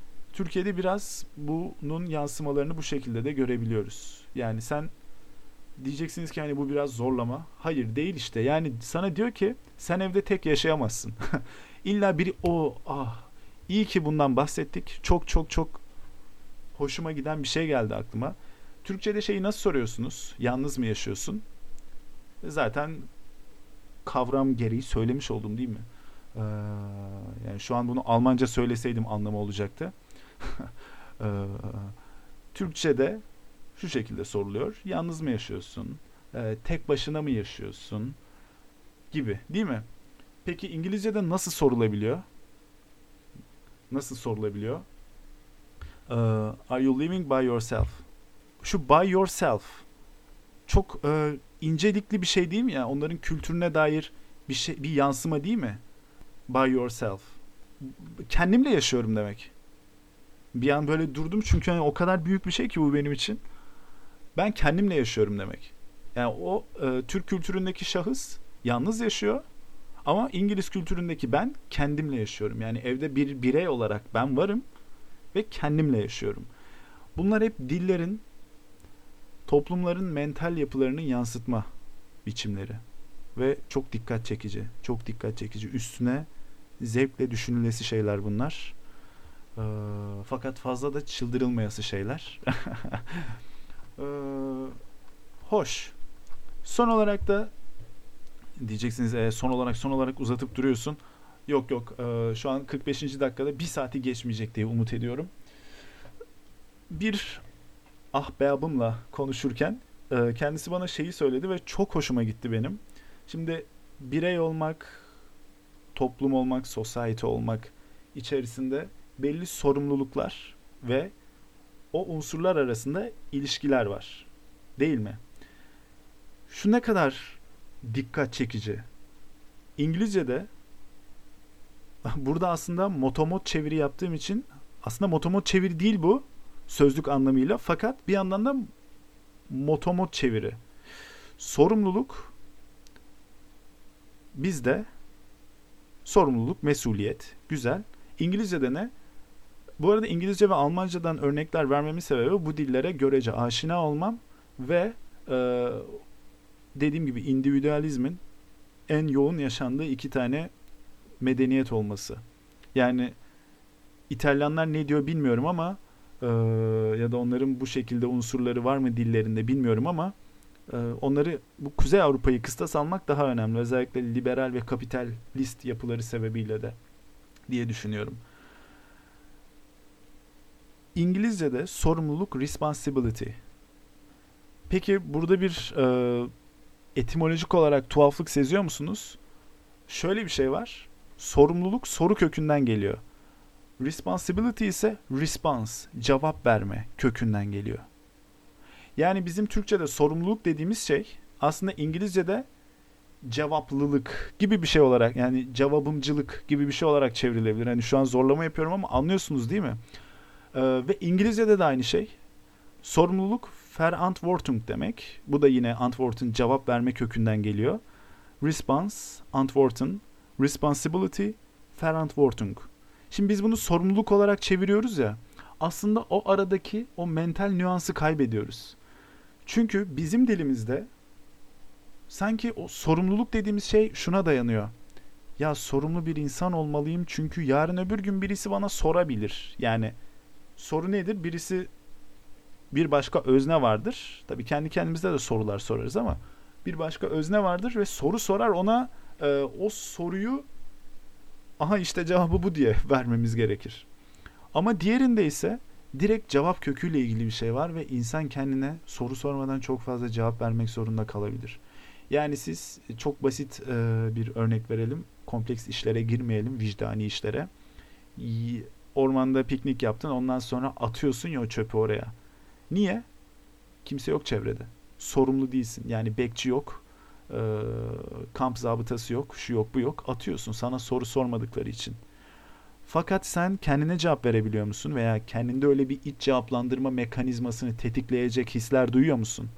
Türkiye'de biraz bunun yansımalarını bu şekilde de görebiliyoruz. Yani sen Diyeceksiniz ki hani bu biraz zorlama. Hayır, değil işte. Yani sana diyor ki sen evde tek yaşayamazsın. İlla biri o ah iyi ki bundan bahsettik. Çok çok çok hoşuma giden bir şey geldi aklıma. Türkçe'de şeyi nasıl soruyorsunuz? Yalnız mı yaşıyorsun? Zaten kavram gereği söylemiş oldum değil mi? Ee, yani şu an bunu Almanca söyleseydim anlamı olacaktı. Ee, Türkçe'de şu şekilde soruluyor. Yalnız mı yaşıyorsun? Ee, tek başına mı yaşıyorsun? Gibi, değil mi? Peki İngilizce'de nasıl sorulabiliyor? Nasıl sorulabiliyor? Ee, Are you living by yourself? Şu by yourself çok e, incelikli bir şey değil mi ya? Onların kültürüne dair bir şey, bir yansıma değil mi? By yourself. Kendimle yaşıyorum demek. Bir an böyle durdum çünkü hani o kadar büyük bir şey ki bu benim için. Ben kendimle yaşıyorum demek. Yani o e, Türk kültüründeki şahıs yalnız yaşıyor ama İngiliz kültüründeki ben kendimle yaşıyorum. Yani evde bir birey olarak ben varım ve kendimle yaşıyorum. Bunlar hep dillerin, toplumların mental yapılarının yansıtma biçimleri ve çok dikkat çekici, çok dikkat çekici. Üstüne zevkle düşünülesi şeyler bunlar. Ee, fakat fazla da çıldırılmayası şeyler. ee, hoş. Son olarak da diyeceksiniz e, son olarak son olarak uzatıp duruyorsun. Yok yok e, şu an kırk beşinci dakikada bir saati geçmeyecek diye umut ediyorum. Bir ahbabımla konuşurken e, kendisi bana şeyi söyledi ve çok hoşuma gitti benim. Şimdi birey olmak, toplum olmak, society olmak içerisinde belli sorumluluklar ve o unsurlar arasında ilişkiler var. Değil mi? Şu ne kadar dikkat çekici. İngilizce'de burada aslında motomot çeviri yaptığım için aslında motomot çeviri değil bu sözlük anlamıyla fakat bir yandan da motomot çeviri. Sorumluluk bizde sorumluluk, mesuliyet. Güzel. İngilizce'de ne? Bu arada İngilizce ve Almancadan örnekler vermemin sebebi bu dillere görece aşina olmam ve e, dediğim gibi individualizmin en yoğun yaşandığı iki tane medeniyet olması. Yani İtalyanlar ne diyor bilmiyorum ama e, ya da onların bu şekilde unsurları var mı dillerinde bilmiyorum ama e, onları bu Kuzey Avrupa'yı kıstas almak daha önemli. Özellikle liberal ve kapitalist yapıları sebebiyle de diye düşünüyorum. İngilizce'de sorumluluk responsibility. Peki burada bir e, etimolojik olarak tuhaflık seziyor musunuz? Şöyle bir şey var. Sorumluluk soru kökünden geliyor. Responsibility ise response, cevap verme kökünden geliyor. Yani bizim Türkçe'de sorumluluk dediğimiz şey aslında İngilizce'de cevaplılık gibi bir şey olarak yani cevabımcılık gibi bir şey olarak çevrilebilir. Hani şu an zorlama yapıyorum ama anlıyorsunuz değil mi? Ee, ve İngilizce'de de aynı şey. Sorumluluk Verantwortung demek. Bu da yine antworten cevap verme kökünden geliyor. Response, antworten, responsibility, Verantwortung. Şimdi biz bunu sorumluluk olarak çeviriyoruz ya. Aslında o aradaki o mental nüansı kaybediyoruz. Çünkü bizim dilimizde sanki o sorumluluk dediğimiz şey şuna dayanıyor. Ya sorumlu bir insan olmalıyım çünkü yarın öbür gün birisi bana sorabilir. Yani soru nedir? Birisi bir başka özne vardır. Tabii kendi kendimize de sorular sorarız ama bir başka özne vardır ve soru sorar ona e, o soruyu aha işte cevabı bu diye vermemiz gerekir. Ama diğerinde ise direkt cevap köküyle ilgili bir şey var ve insan kendine soru sormadan çok fazla cevap vermek zorunda kalabilir. Yani siz çok basit e, bir örnek verelim. Kompleks işlere girmeyelim, vicdani işlere. Ormanda piknik yaptın, ondan sonra atıyorsun ya o çöpü oraya. Niye? Kimse yok çevrede. Sorumlu değilsin. Yani bekçi yok, e, kamp zabıtası yok, şu yok bu yok. Atıyorsun sana soru sormadıkları için. Fakat sen kendine cevap verebiliyor musun? Veya kendinde öyle bir iç cevaplandırma mekanizmasını tetikleyecek hisler duyuyor musun?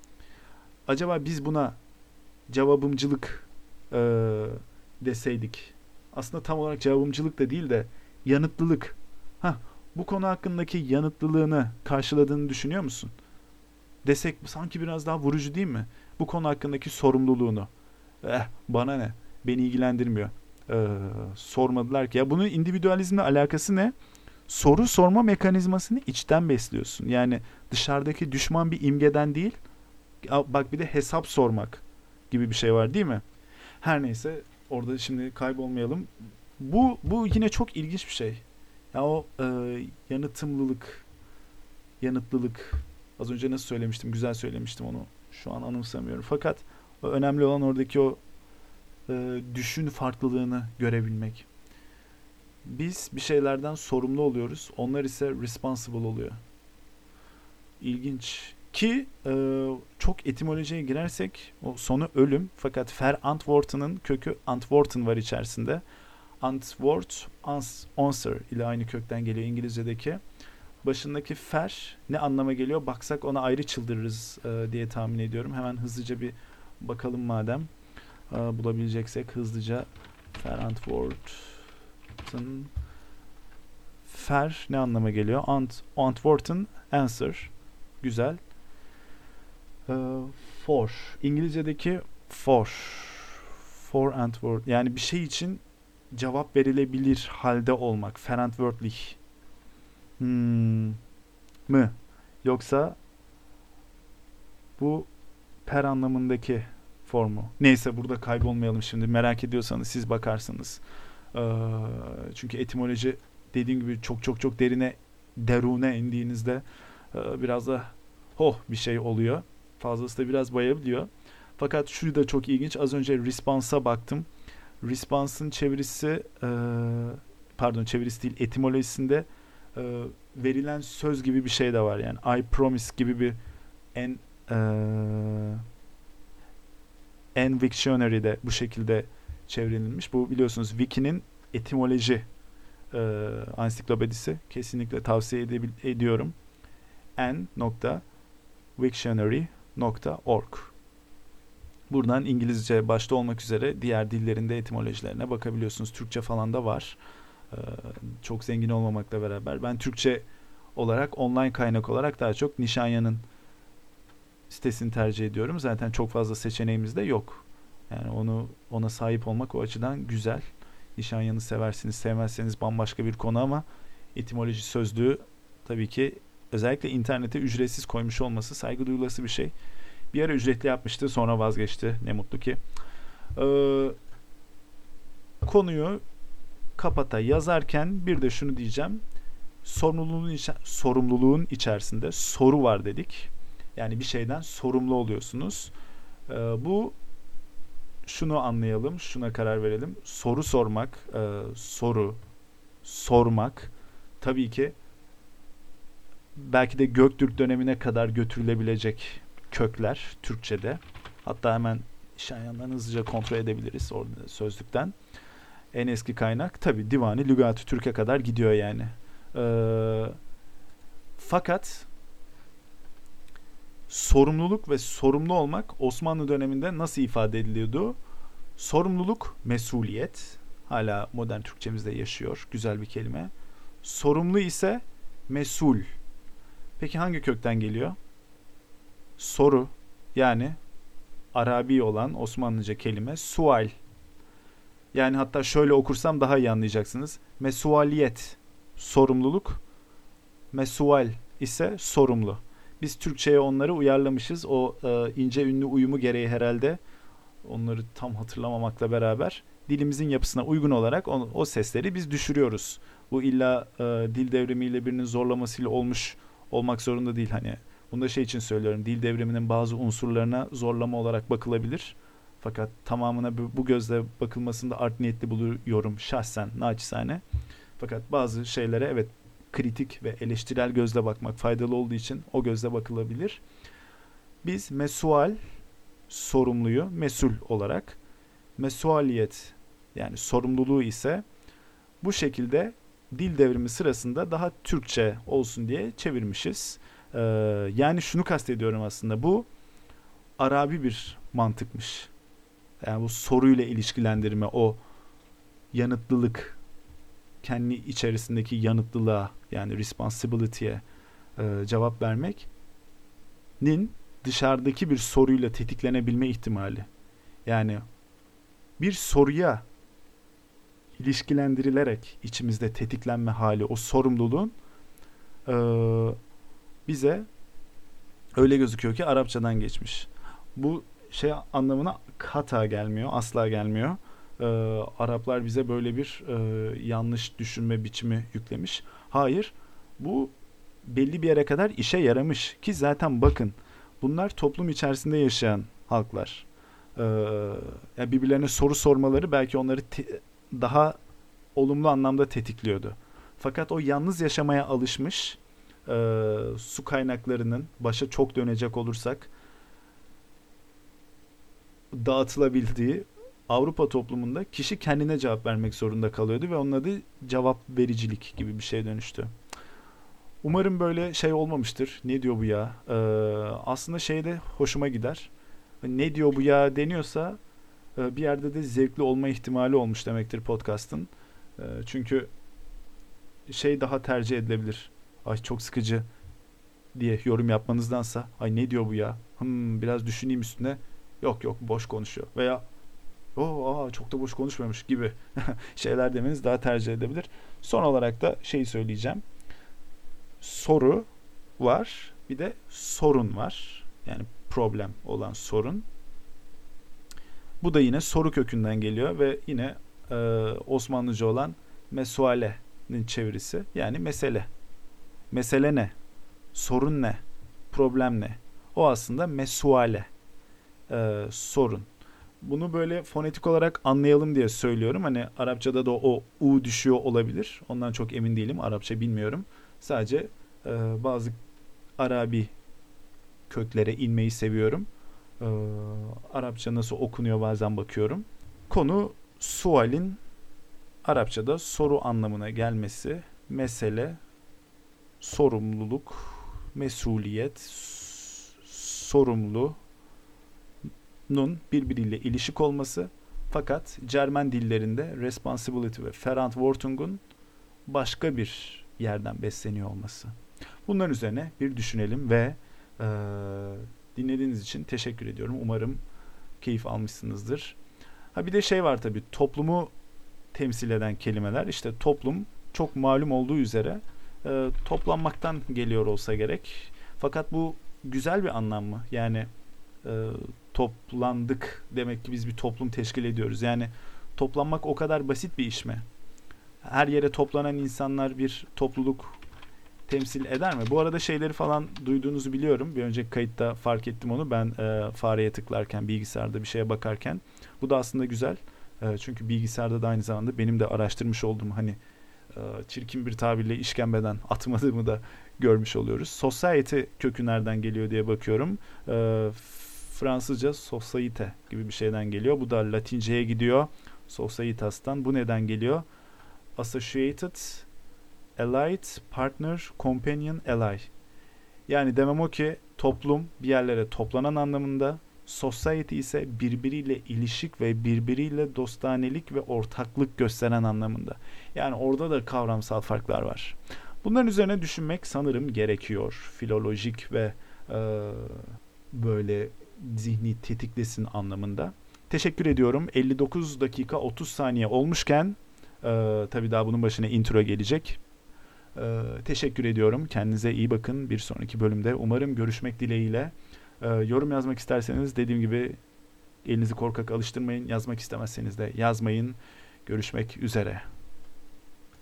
Acaba biz buna cevabımcılık e, deseydik. Aslında tam olarak cevabımcılık da değil de yanıtlılık. Hah, bu konu hakkındaki yanıtlılığını karşıladığını düşünüyor musun? desek sanki biraz daha vurucu değil mi? Bu konu hakkındaki sorumluluğunu. Eh, bana ne? Beni ilgilendirmiyor. Ee, sormadılar ki. Ya bunun individualizmle alakası ne? Soru sorma mekanizmasını içten besliyorsun. Yani dışarıdaki düşman bir imgeden değil. Bak bir de hesap sormak gibi bir şey var değil mi? Her neyse orada şimdi kaybolmayalım. Bu bu yine çok ilginç bir şey. Ya o e, yanıtımlılık, yanıtlılık. Az önce nasıl söylemiştim? Güzel söylemiştim onu. Şu an anımsamıyorum. Fakat önemli olan oradaki o e, düşün farklılığını görebilmek. Biz bir şeylerden sorumlu oluyoruz. Onlar ise responsible oluyor. İlginç. Ki e, çok etimolojiye girersek o sonu ölüm. Fakat verantworten'ın kökü antworten var içerisinde. Antwort, ans, answer ile aynı kökten geliyor İngilizce'deki. Başındaki fer ne anlama geliyor? Baksak ona ayrı çıldırırız e, diye tahmin ediyorum. Hemen hızlıca bir bakalım madem. E, bulabileceksek hızlıca. Verantworten. Fer ne anlama geliyor? Ant, antworten, answer. Güzel. E, for. İngilizce'deki for. For antwort. Yani bir şey için cevap verilebilir halde olmak. Verantwortlich. Hmm, mı? Yoksa bu per anlamındaki formu. Neyse burada kaybolmayalım şimdi. Merak ediyorsanız siz bakarsınız. Ee, çünkü etimoloji dediğim gibi çok çok çok derine derune indiğinizde e, biraz da hoh bir şey oluyor. Fazlası da biraz bayabiliyor. Fakat şu da çok ilginç. Az önce response'a baktım. Response'ın çevirisi e, pardon çevirisi değil etimolojisinde e, verilen söz gibi bir şey de var. Yani I promise gibi bir en e, en Wiktionary'de bu şekilde çevrilmiş. Bu biliyorsunuz Wiki'nin etimoloji e, ansiklopedisi. Kesinlikle tavsiye edebil- ediyorum. n nokta wiktionary nokta org. Buradan İngilizce başta olmak üzere diğer dillerinde etimolojilerine bakabiliyorsunuz. Türkçe falan da var. Ee, çok zengin olmamakla beraber. Ben Türkçe olarak, online kaynak olarak daha çok Nişanya'nın sitesini tercih ediyorum. Zaten çok fazla seçeneğimiz de yok. Yani onu ona sahip olmak o açıdan güzel. Nişanya'nı seversiniz, sevmezseniz bambaşka bir konu ama etimoloji sözlüğü tabii ki özellikle internete ücretsiz koymuş olması saygı duyulası bir şey. Bir ara ücretli yapmıştı, sonra vazgeçti. Ne mutlu ki. Ee, konuyu kapata yazarken bir de şunu diyeceğim. Sorumluluğun, içe- sorumluluğun içerisinde soru var dedik. Yani bir şeyden sorumlu oluyorsunuz. Ee, bu şunu anlayalım, şuna karar verelim. Soru sormak, e, soru sormak tabii ki belki de Göktürk dönemine kadar götürülebilecek kökler Türkçe'de. Hatta hemen Nişanyan'dan hızlıca kontrol edebiliriz orada sözlükten. En eski kaynak tabii Divani Lügat-ı Türk'e kadar gidiyor yani. Ee, fakat sorumluluk ve sorumlu olmak Osmanlı döneminde nasıl ifade ediliyordu? Sorumluluk, mesuliyet. Hala modern Türkçemizde yaşıyor. Güzel bir kelime. Sorumlu ise mesul. Peki hangi kökten geliyor? Soru, yani Arabi olan Osmanlıca kelime sual. Yani hatta şöyle okursam daha iyi anlayacaksınız. Mesualiyet, sorumluluk. Mesual ise sorumlu. Biz Türkçe'ye onları uyarlamışız. O e, ince ünlü uyumu gereği herhalde. Onları tam hatırlamamakla beraber dilimizin yapısına uygun olarak o, o sesleri biz düşürüyoruz. Bu illa e, dil devrimiyle birinin zorlamasıyla olmuş olmak zorunda değil. Hani bunu da şey için söylüyorum. Dil devriminin bazı unsurlarına zorlama olarak bakılabilir. Fakat tamamına bu, bu gözle bakılmasında art niyetli buluyorum şahsen, naçizane. Fakat bazı şeylere evet kritik ve eleştirel gözle bakmak faydalı olduğu için o gözle bakılabilir. Biz mesual, sorumluyu mesul olarak, mesualiyet yani sorumluluğu ise bu şekilde dil devrimi sırasında daha Türkçe olsun diye çevirmişiz. Ee, yani şunu kastediyorum aslında, bu Arabi bir mantıkmış. Yani bu soruyla ilişkilendirme, o yanıtlılık, kendi içerisindeki yanıtlılığa yani responsibility'ye e, cevap vermek zihnin dışarıdaki bir soruyla tetiklenebilme ihtimali. Yani bir soruya ilişkilendirilerek içimizde tetiklenme hali, o sorumluluğun e, bize öyle gözüküyor ki Arapçadan geçmiş. Bu şey anlamına kata gelmiyor, asla gelmiyor. Ee, Araplar bize böyle bir e, yanlış düşünme biçimi yüklemiş. Hayır, bu belli bir yere kadar işe yaramış ki zaten bakın bunlar toplum içerisinde yaşayan halklar. Ee, yani birbirlerine soru sormaları belki onları te- daha olumlu anlamda tetikliyordu. Fakat o yalnız yaşamaya alışmış e, su kaynaklarının başa çok dönecek olursak dağıtılabildiği Avrupa toplumunda kişi kendine cevap vermek zorunda kalıyordu ve onun adı cevap vericilik gibi bir şeye dönüştü. Umarım böyle şey olmamıştır. Ne diyor bu ya? Ee, aslında şey de hoşuma gider. Ne diyor bu ya deniyorsa e, bir yerde de zevkli olma ihtimali olmuş demektir podcast'ın. E, çünkü şey daha tercih edilebilir. Ay çok sıkıcı diye yorum yapmanızdansa ay ne diyor bu ya? Hmm, biraz düşüneyim üstüne. Yok yok boş konuşuyor. Veya o aa çok da boş konuşmamış gibi şeyler demeniz daha tercih edebilir. Son olarak da şeyi söyleyeceğim. Soru var. Bir de sorun var. Yani problem olan sorun. Bu da yine soru kökünden geliyor ve yine e, Osmanlıca olan mesuale'nin çevirisi. Yani mesele. Mesele ne? Sorun ne? Problem ne? O aslında mesuale. E, sorun. Bunu böyle fonetik olarak anlayalım diye söylüyorum. Hani Arapçada da o u düşüyor olabilir. Ondan çok emin değilim. Arapça bilmiyorum. Sadece e, bazı Arabi köklere inmeyi seviyorum. E, Arapça nasıl okunuyor bazen bakıyorum. Konu sualin Arapçada soru anlamına gelmesi. Mesele, sorumluluk, mesuliyet, sorumlu, nun birbiriyle ilişik olması fakat Cermen dillerinde responsibility ve Verantwortung'un başka bir yerden besleniyor olması. Bunların üzerine bir düşünelim ve e, dinlediğiniz için teşekkür ediyorum. Umarım keyif almışsınızdır. Ha bir de şey var tabii toplumu temsil eden kelimeler. İşte toplum çok malum olduğu üzere e, toplanmaktan geliyor olsa gerek. Fakat bu güzel bir anlam mı? Yani e, toplandık demek ki biz bir toplum teşkil ediyoruz. Yani toplanmak o kadar basit bir iş mi? Her yere toplanan insanlar bir topluluk temsil eder mi? Bu arada şeyleri falan duyduğunuzu biliyorum. Bir önceki kayıtta fark ettim onu. Ben e, fareye tıklarken, bilgisayarda bir şeye bakarken. Bu da aslında güzel. E, çünkü bilgisayarda da aynı zamanda benim de araştırmış olduğum hani e, çirkin bir tabirle işkembeden atmadığımı da görmüş oluyoruz. Society kökü nereden geliyor diye bakıyorum. E, Fransızca societe gibi bir şeyden geliyor. Bu da Latince'ye gidiyor. Societas'tan. Bu neden geliyor? Associated, Allied, Partner, Companion, Ally. Yani demem o ki toplum bir yerlere toplanan anlamında, society ise birbiriyle ilişik ve birbiriyle dostanelik ve ortaklık gösteren anlamında. Yani orada da kavramsal farklar var. Bunların üzerine düşünmek sanırım gerekiyor. Filolojik ve e, böyle zihni tetiklesin anlamında. Teşekkür ediyorum. elli dokuz dakika otuz saniye olmuşken e, tabii daha bunun başına intro gelecek. E, teşekkür ediyorum. Kendinize iyi bakın. Bir sonraki bölümde umarım görüşmek dileğiyle. E, yorum yazmak isterseniz dediğim gibi elinizi korkak alıştırmayın. Yazmak istemezseniz de yazmayın. Görüşmek üzere.